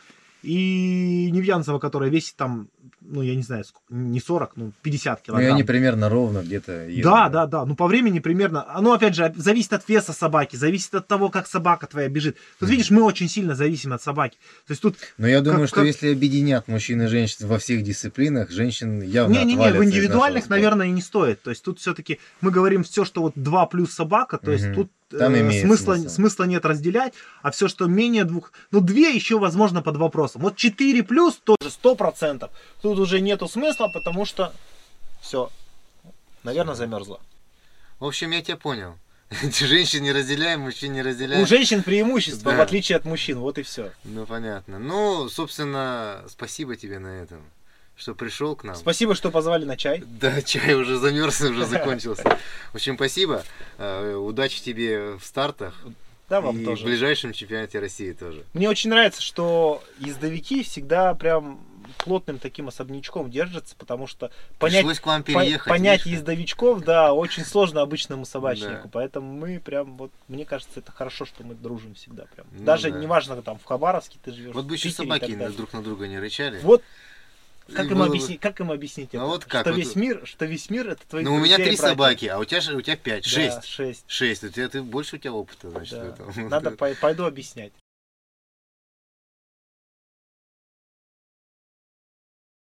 И Невьянцева, которая весит там, ну, я не знаю, не 40, ну, 50 килограмм. Ну, и они примерно ровно где-то едут. Да. Ну, по времени примерно. Ну, опять же, зависит от веса собаки, зависит от того, как собака твоя бежит. Тут, видишь, мы очень сильно зависим от собаки. То есть тут... Но я думаю, что если объединят мужчин и женщин во всех дисциплинах, женщин явно отвалятся. В индивидуальных, наверное, и не стоит. То есть тут все-таки мы говорим все, что вот 2 плюс собака, то есть тут смысла нет разделять, а все, что менее 2, ну 2 еще возможно под вопросом. Вот 4 плюс тоже 100%. Тут уже нету смысла, потому что все, наверное, замерзло. В общем, я тебя понял. Женщин не разделяем, мужчин не разделяем. У женщин преимущество, в отличие от мужчин, вот и все. Ну, понятно. Ну, собственно, спасибо тебе на этом, что пришел к нам. Спасибо, что позвали на чай. Да, чай уже замерз, уже закончился. В общем, спасибо. Удачи тебе в стартах. Да, вам и тоже. В ближайшем чемпионате России тоже. Мне очень нравится, что ездовики всегда прям плотным таким особнячком держатся, потому что пришлось к вам переехать, понять ездовичков, да, очень сложно обычному собачнику. Да. Поэтому мы прям, вот, мне кажется, это хорошо, что мы дружим всегда. Прям. Ну, даже неважно, там в Хабаровске ты живешь. Вот бы еще собаки друг на друга не рычали. Вот Как И им было бы- объяснить? Как им объяснить Ну это? вот как, Что вот- весь мир, это твои Ну, у меня друзья и 3 братья. собаки, а у тебя 5, Да, 6. 6. 6. Больше у тебя опыта, значит, в Да. этом. Надо пойду объяснять.